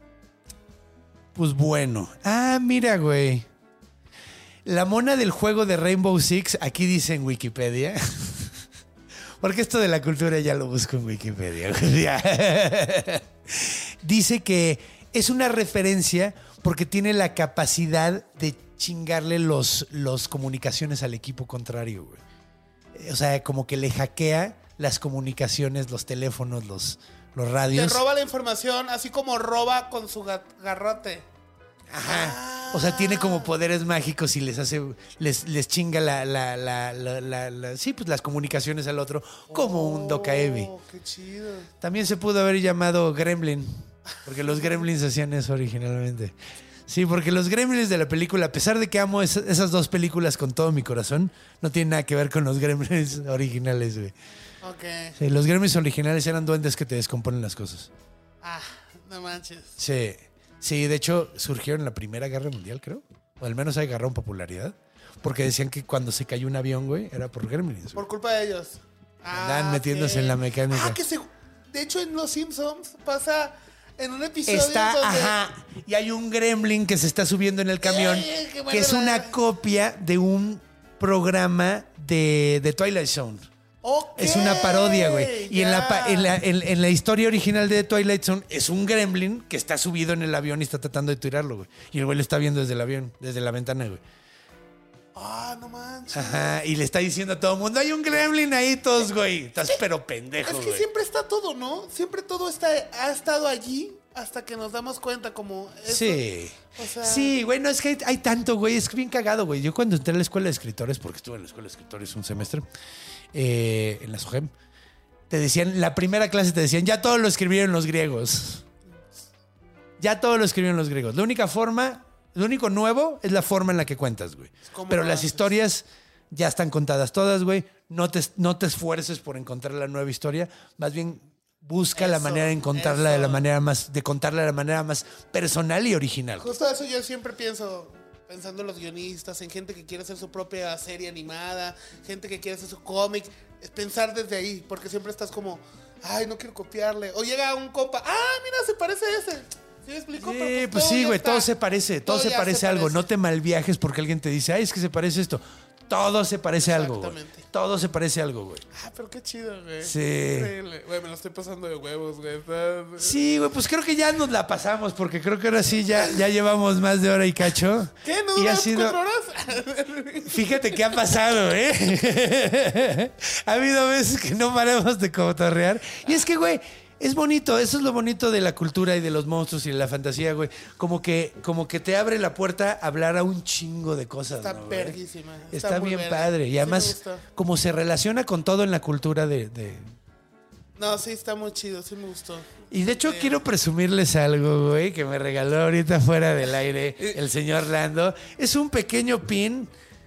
Pues bueno. Ah, mira, güey. La mona del juego de Rainbow Six, aquí dice en Wikipedia. Porque esto de la cultura ya lo busco en Wikipedia. güey. Ya. Dice que es una referencia porque tiene la capacidad de chingarle los, los comunicaciones al equipo contrario, güey. O sea, como que le hackea las comunicaciones, los teléfonos, los, los Te radios. roba la información así como roba con su ga- garrote. Ajá. O sea, tiene como poderes mágicos y les hace, les, les chinga la, la, la, la, la- la- sí, pues las comunicaciones al otro, como un Dokaebi. Oh, qué chido. También se pudo haber llamado Gremlin, porque los Gremlins hacían eso originalmente. Sí, porque los Gremlins de la película, a pesar de que amo es- esas dos películas con todo mi corazón, no tienen nada que ver con los Gremlins originales, güey. Ok. Sí, los Gremlins originales eran duendes que te descomponen las cosas. Ah, no manches. Sí, sí, de hecho surgieron en la Primera Guerra Mundial, creo. O al menos agarraron popularidad. Porque decían que cuando se cayó un avión, güey, era por gremlins. Güey. Por culpa de ellos. Andan Ah, metiéndose ok. en la mecánica. Ah, que se... De hecho, en Los Simpsons pasa en un episodio Está, donde... ajá, y hay un gremlin que se está subiendo en el camión, Ay, ay, qué que buena es la- una copia de un programa de, de Twilight Zone. Ok, Es una parodia, güey. Y en la, pa- ya. en, la, en, en la historia original de Twilight Zone es un gremlin que está subido en el avión y está tratando de tirarlo, güey. Y el güey lo está viendo desde el avión, desde la ventana, güey. Ah, no manches. Ajá, y le está diciendo a todo el mundo, hay un gremlin ahí, todos, güey. Estás pero pendejo, Es que güey. siempre está todo, ¿no? Siempre todo está, ha estado allí hasta que nos damos cuenta como... eso. Sí. O sea- Sí, güey, no es que hay, hay tanto, güey. Es bien cagado, güey. Yo cuando entré a la escuela de escritores, porque estuve en la escuela de escritores un semestre, eh, en la SOGEM, te decían, la primera clase te decían, ya todo lo escribieron los griegos. Ya todo lo escribieron los griegos. La única forma, lo único nuevo es la forma en la que cuentas, güey. ¿Cómo Pero lo las haces? historias ya están contadas todas, güey. No te, no te esfuerces por encontrar la nueva historia. Más bien busca la Eso, manera de encontrarla de la eso. manera más, de contarla de la manera más personal y original. Justo eso yo siempre pienso, pensando en los guionistas, en gente que quiere hacer su propia serie animada, gente que quiere hacer su cómic, es pensar desde ahí, porque siempre estás como, ay, no quiero copiarle. O llega un compa, ah, mira, se parece a ese. ¿Sí me explico? Sí, Pero pues todo sí, ya güey, está. todo se parece, todo, se ya parece a algo. parece. No te malviajes porque alguien te dice, ay, es que se parece esto. Todo se parece a algo, güey. Exactamente. Todo se parece a algo, güey. Ah, pero qué chido, güey. Sí. Increíble. Güey, me lo estoy pasando de huevos, güey. Está- Sí, güey, pues creo que ya nos la pasamos porque creo que ahora sí ya, ya llevamos más de hora y cacho. ¿Qué? ¿No Y ha duras sido... cuatro horas? Fíjate qué ha pasado, ¿eh? Ha habido veces que no paramos de cotorrear. Y es que, güey, es bonito. Eso es lo bonito de la cultura y de los monstruos y de la fantasía, güey. Como que, como que te abre la puerta a hablar a un chingo de cosas, Está ¿no, güey? verguísima. Está, Está muy bien verga. padre. Y Sí me además, gusta. como se relaciona con todo en la cultura de... de- No, sí, está muy chido. Sí me gustó. Y de hecho Sí. quiero presumirles algo, güey, que me regaló ahorita fuera del aire el señor Lando. Es un pequeño pin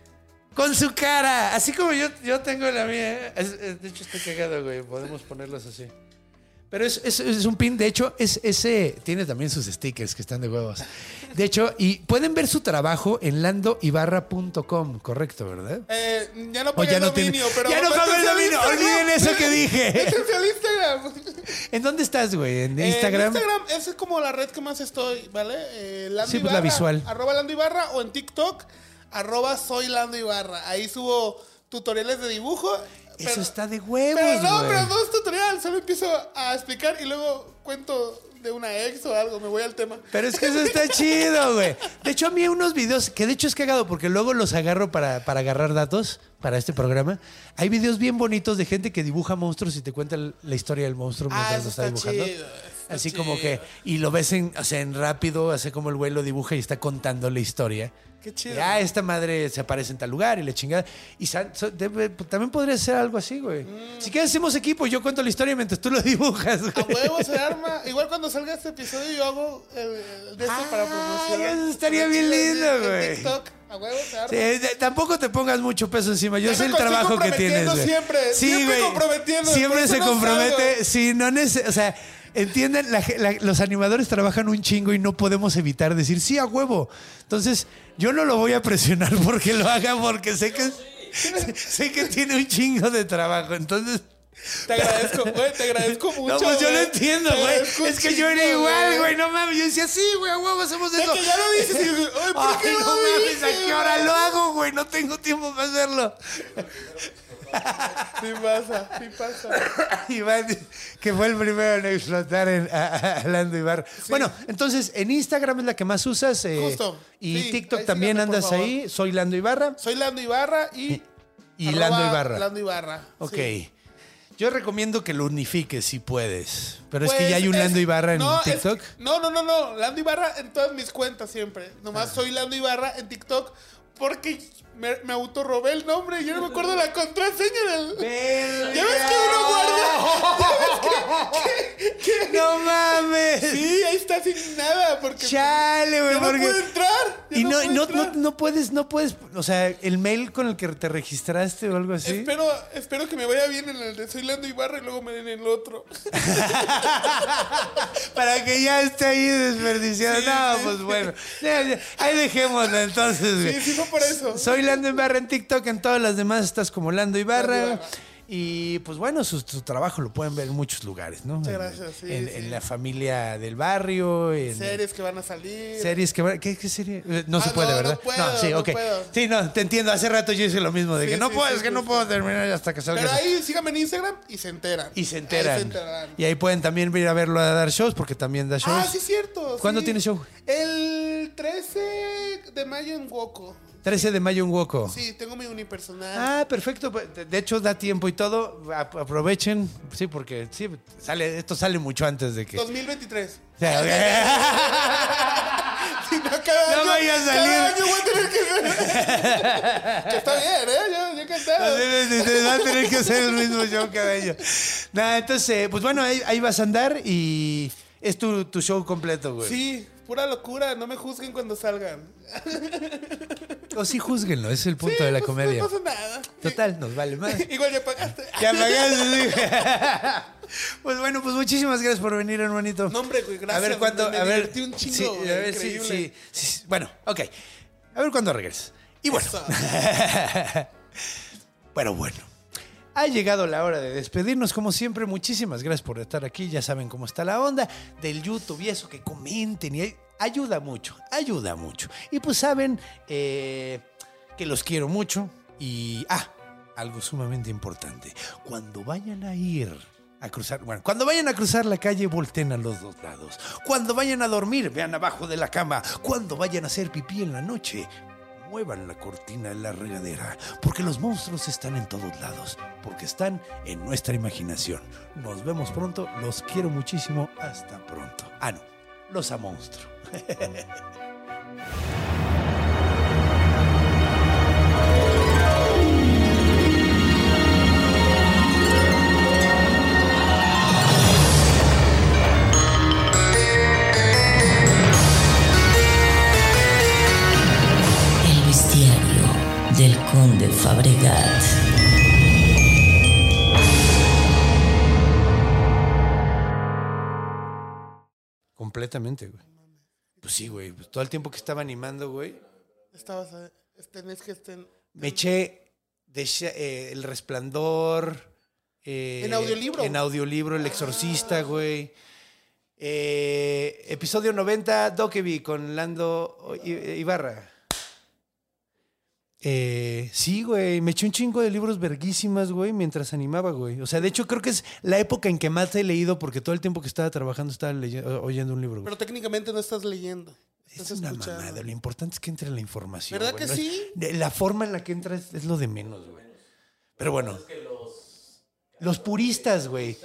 con su cara. Así como yo, yo tengo la mía. Es- es- de hecho está cagado, güey. Podemos ponerlos así. Pero es, es- es un pin, de hecho, es ese tiene también sus stickers que están de huevos. De hecho, y pueden ver su trabajo en lando ibarra punto com, correcto, ¿verdad? Eh, ya no O pagué ya el no tiene- dominio, pero... ya no pago el métanse al dominio, Instagram. olviden eso que dije. Métanse al Instagram. ¿En dónde estás, güey? ¿En Eh, Instagram? en Instagram es como la red que más estoy, ¿vale? Eh, Lando Sí, pues, la Ibarra, visual. Arroba Lando Ibarra o en TikTok, arroba soy Lando Ibarra. Ahí subo tutoriales de dibujo. Eso pero- está de huevos, Pero no, güey. pero no es tutorial, solo empiezo a explicar y luego cuento de una ex o algo, me voy al tema. Pero es que eso está chido, güey. De hecho, a mí hay unos videos que de hecho es cagado porque luego los agarro para, para agarrar datos para este programa. Hay videos bien bonitos de gente que dibuja monstruos y te cuenta el- la historia del monstruo Ah, mientras eso lo está está dibujando. chido, está Así como que, chido. y lo ves en, o sea, en rápido, así como el güey lo dibuja y está contando la historia. Qué chido. Ya, esta madre se aparece en tal lugar y la chingada. Y sa- so- debe- también podría ser algo así, güey. Mm. Si quieres, hacemos equipo. Yo cuento la historia mientras tú lo dibujas, güey. A huevo se arma. Igual cuando salga este episodio yo hago el, el de este para promoción. eso estaría bien Chido, lindo, en güey. TikTok. A huevo se arma. Sí, de- tampoco te pongas mucho peso encima. Yo Ya sé me el estoy trabajo que tienes, comprometiendo güey. siempre, Sí, siempre güey. comprometiendo, Siempre por eso se no compromete. salgo. Sí, no nece- o sea, entienden, la ge- la- los animadores trabajan un chingo y no podemos evitar decir sí a huevo. Entonces, yo no lo voy a presionar porque lo haga porque sé que sé, sé que tiene un chingo de trabajo. Entonces, Te agradezco, güey, te agradezco mucho. no, pues yo lo güey. entiendo, Te güey. agradezco Es un que yo era chingo, igual, güey. No mames. Yo decía, sí, güey, a huevo, hacemos Es eso. que ya lo dices y digo, ay, ¿por qué Ay, lo no mames, dices, ¿a qué hora lo hago, güey? No tengo tiempo para hacerlo. Sí pasa, sí pasa. Iván, que fue el primero en explotar en a- a- a Lando Ibarra. Bueno, entonces en Instagram es la que más usas. eh, Justo. Y Sí, TikTok ahí también síganme, por andas favor. ahí. Soy Lando Ibarra. Soy Lando Ibarra y... Y arroba Lando Ibarra. Lando Ibarra. Ok. sí. Yo recomiendo que lo unifiques si puedes. Pero es Pues, que ya hay un es- Lando Ibarra en no, es TikTok. que- no, no, no, no. Lando Ibarra en todas mis cuentas siempre. Nomás Ah. soy Lando Ibarra en TikTok porque me, me autorrobé el nombre y yo no me acuerdo la contraseña del... Ya ves que uno guarda. Ya ves que, que- ¡No mames! Sí, ahí está sin nada, porque... Chale, güey, yo no porque... puedo entrar. yo Y no, puedo no, entrar. no, no puedes, no puedes, o sea, el mail con el que te registraste o algo así. Espero, espero que me vaya bien en el de Soy Lando Ibarra y luego me den el otro. Para que ya esté ahí desperdiciado. Sí, no, sí, pues sí. bueno. Ya, ya, ahí dejémoslo entonces, güey. Sí, sí fue por eso. Soy Lando Ibarra en TikTok, en todas las demás estás como Lando Ibarra. Lando Ibarra. Y pues bueno, su, su trabajo lo pueden ver en muchos lugares, ¿no? Muchas En- gracias, sí, en, sí. en La Familia del Barrio. En, Series que van a salir. Series que van- ¿Qué, qué serie? Eh, No Ah, se puede, no, no ¿verdad? puedo, sí, no ok. puedo. Sí, no, te entiendo. Hace rato yo hice lo mismo de Sí, que no sí, puedo, sí, es que sí, no sí. puedo terminar hasta que salga. Pero eso. ahí síganme en Instagram y se enteran. Y se enteran. Ahí se enteran. Y ahí pueden también ir a verlo a dar shows, porque también da shows. Ah, sí, cierto. ¿Cuándo sí. tiene show? El trece de mayo en Woco. trece de mayo en Woco. Sí, tengo mi unipersonal. Ah, perfecto. De de hecho, da tiempo y todo. Ap- Aprovechen. Sí, porque sí, sale, esto sale mucho antes de que. dos mil veintitrés. O sea, Si no, cada No año, vaya a salir. Cada año voy a tener que... que está bien, ¿eh? Yo, yo encantado. Te va a tener que hacer el mismo show cada año. Nada, entonces, pues bueno, ahí, ahí vas a andar y es tu, tu show completo, güey. Sí, pura locura. No me juzguen cuando salgan. O sí, júzguenlo, ese es el punto Sí, de la pues, comedia. No pasa nada. Total, nos vale más. Igual ya pagaste. Ya pagaste, sí. Pues bueno, pues muchísimas gracias por venir, hermanito. No, hombre, güey, gracias. A ver cuándo, me a ver. divertí un chingo, sí, güey, a ver si, increíble. sí, sí, sí. Bueno, ok. A ver cuándo regresas. Y bueno. Eso. Pero bueno. Ha llegado la hora de despedirnos, como siempre. Muchísimas gracias por estar aquí. Ya saben cómo está la onda del YouTube y eso, que comenten. Y ayuda mucho, ayuda mucho. Y pues saben eh, que los quiero mucho. Y, ah, algo sumamente importante. Cuando vayan a ir a cruzar, bueno, cuando vayan a cruzar la calle, volteen a los dos lados. Cuando vayan a dormir, vean abajo de la cama. Cuando vayan a hacer pipí en la noche, muevan la cortina en la regadera, porque los monstruos están en todos lados, porque están en nuestra imaginación. Nos vemos pronto, los quiero muchísimo, hasta pronto. Ah, no, los a monstruo. El bestiario del conde Fabregat. Completamente, güey. Pues sí, güey, pues todo el tiempo que estaba animando, güey, Estabas a... Tenés que estén... me eché de Sha- eh, El Resplandor. eh, En audiolibro. En audiolibro, El Exorcista, güey. Eh, episodio noventa, Dokeby con Lando I- Ibarra. Eh, sí, güey, me eché un chingo de libros verguísimas, güey, mientras animaba, güey. O sea, de hecho, creo que es la época en que más he leído porque todo el tiempo que estaba trabajando estaba leyendo, oyendo un libro, güey. Pero técnicamente no estás leyendo. Estás Es una escuchando. mamada. Lo importante es que entre la información. ¿Verdad güey. que No es- sí? de- la forma en la que entra es, es lo de menos, güey. Pero bueno. Los puristas, güey.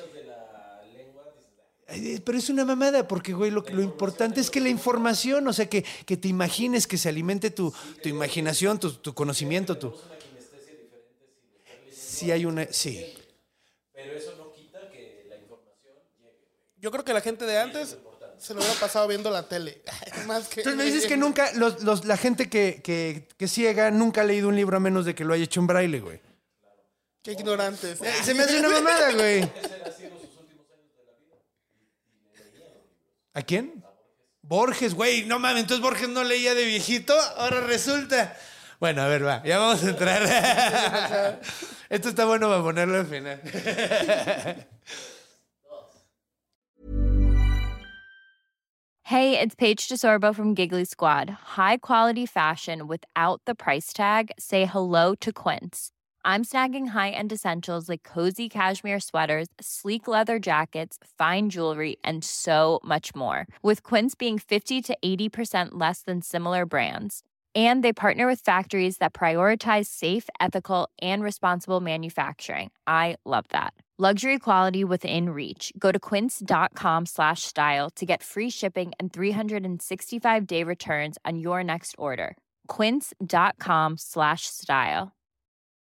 Ay, Pero es una mamada, porque, güey, lo, lo importante es que la información, o sea, que, que te imagines, que se alimente tu, tu imaginación, tu, tu conocimiento, tu... Sí hay una... Sí. Yo creo que la gente de antes se lo hubiera pasado viendo la tele. Más que... Entonces me dices que nunca, los, los- la gente que, que, que ciega nunca ha leído un libro a menos de que lo haya hecho en braille, güey. Qué ignorantes. Eh, Se me hace una mamada, güey. ¿A quién? Borges, güey. No mames, entonces Borges no leía de viejito. Ahora resulta. Bueno, a ver, va. Ya vamos a entrar. Esto está bueno para ponerlo al final. Hey, it's Paige DeSorbo from Giggly Squad. High quality fashion without the price tag. Say hello to Quince. I'm snagging high-end essentials like cozy cashmere sweaters, sleek leather jackets, fine jewelry, and so much more. With Quince being fifty to eighty percent less than similar brands. And they partner with factories that prioritize safe, ethical, and responsible manufacturing. I love that. Luxury quality within reach. Go to quince.com slash style to get free shipping and three sixty-five day returns on your next order. Quince.com slash style.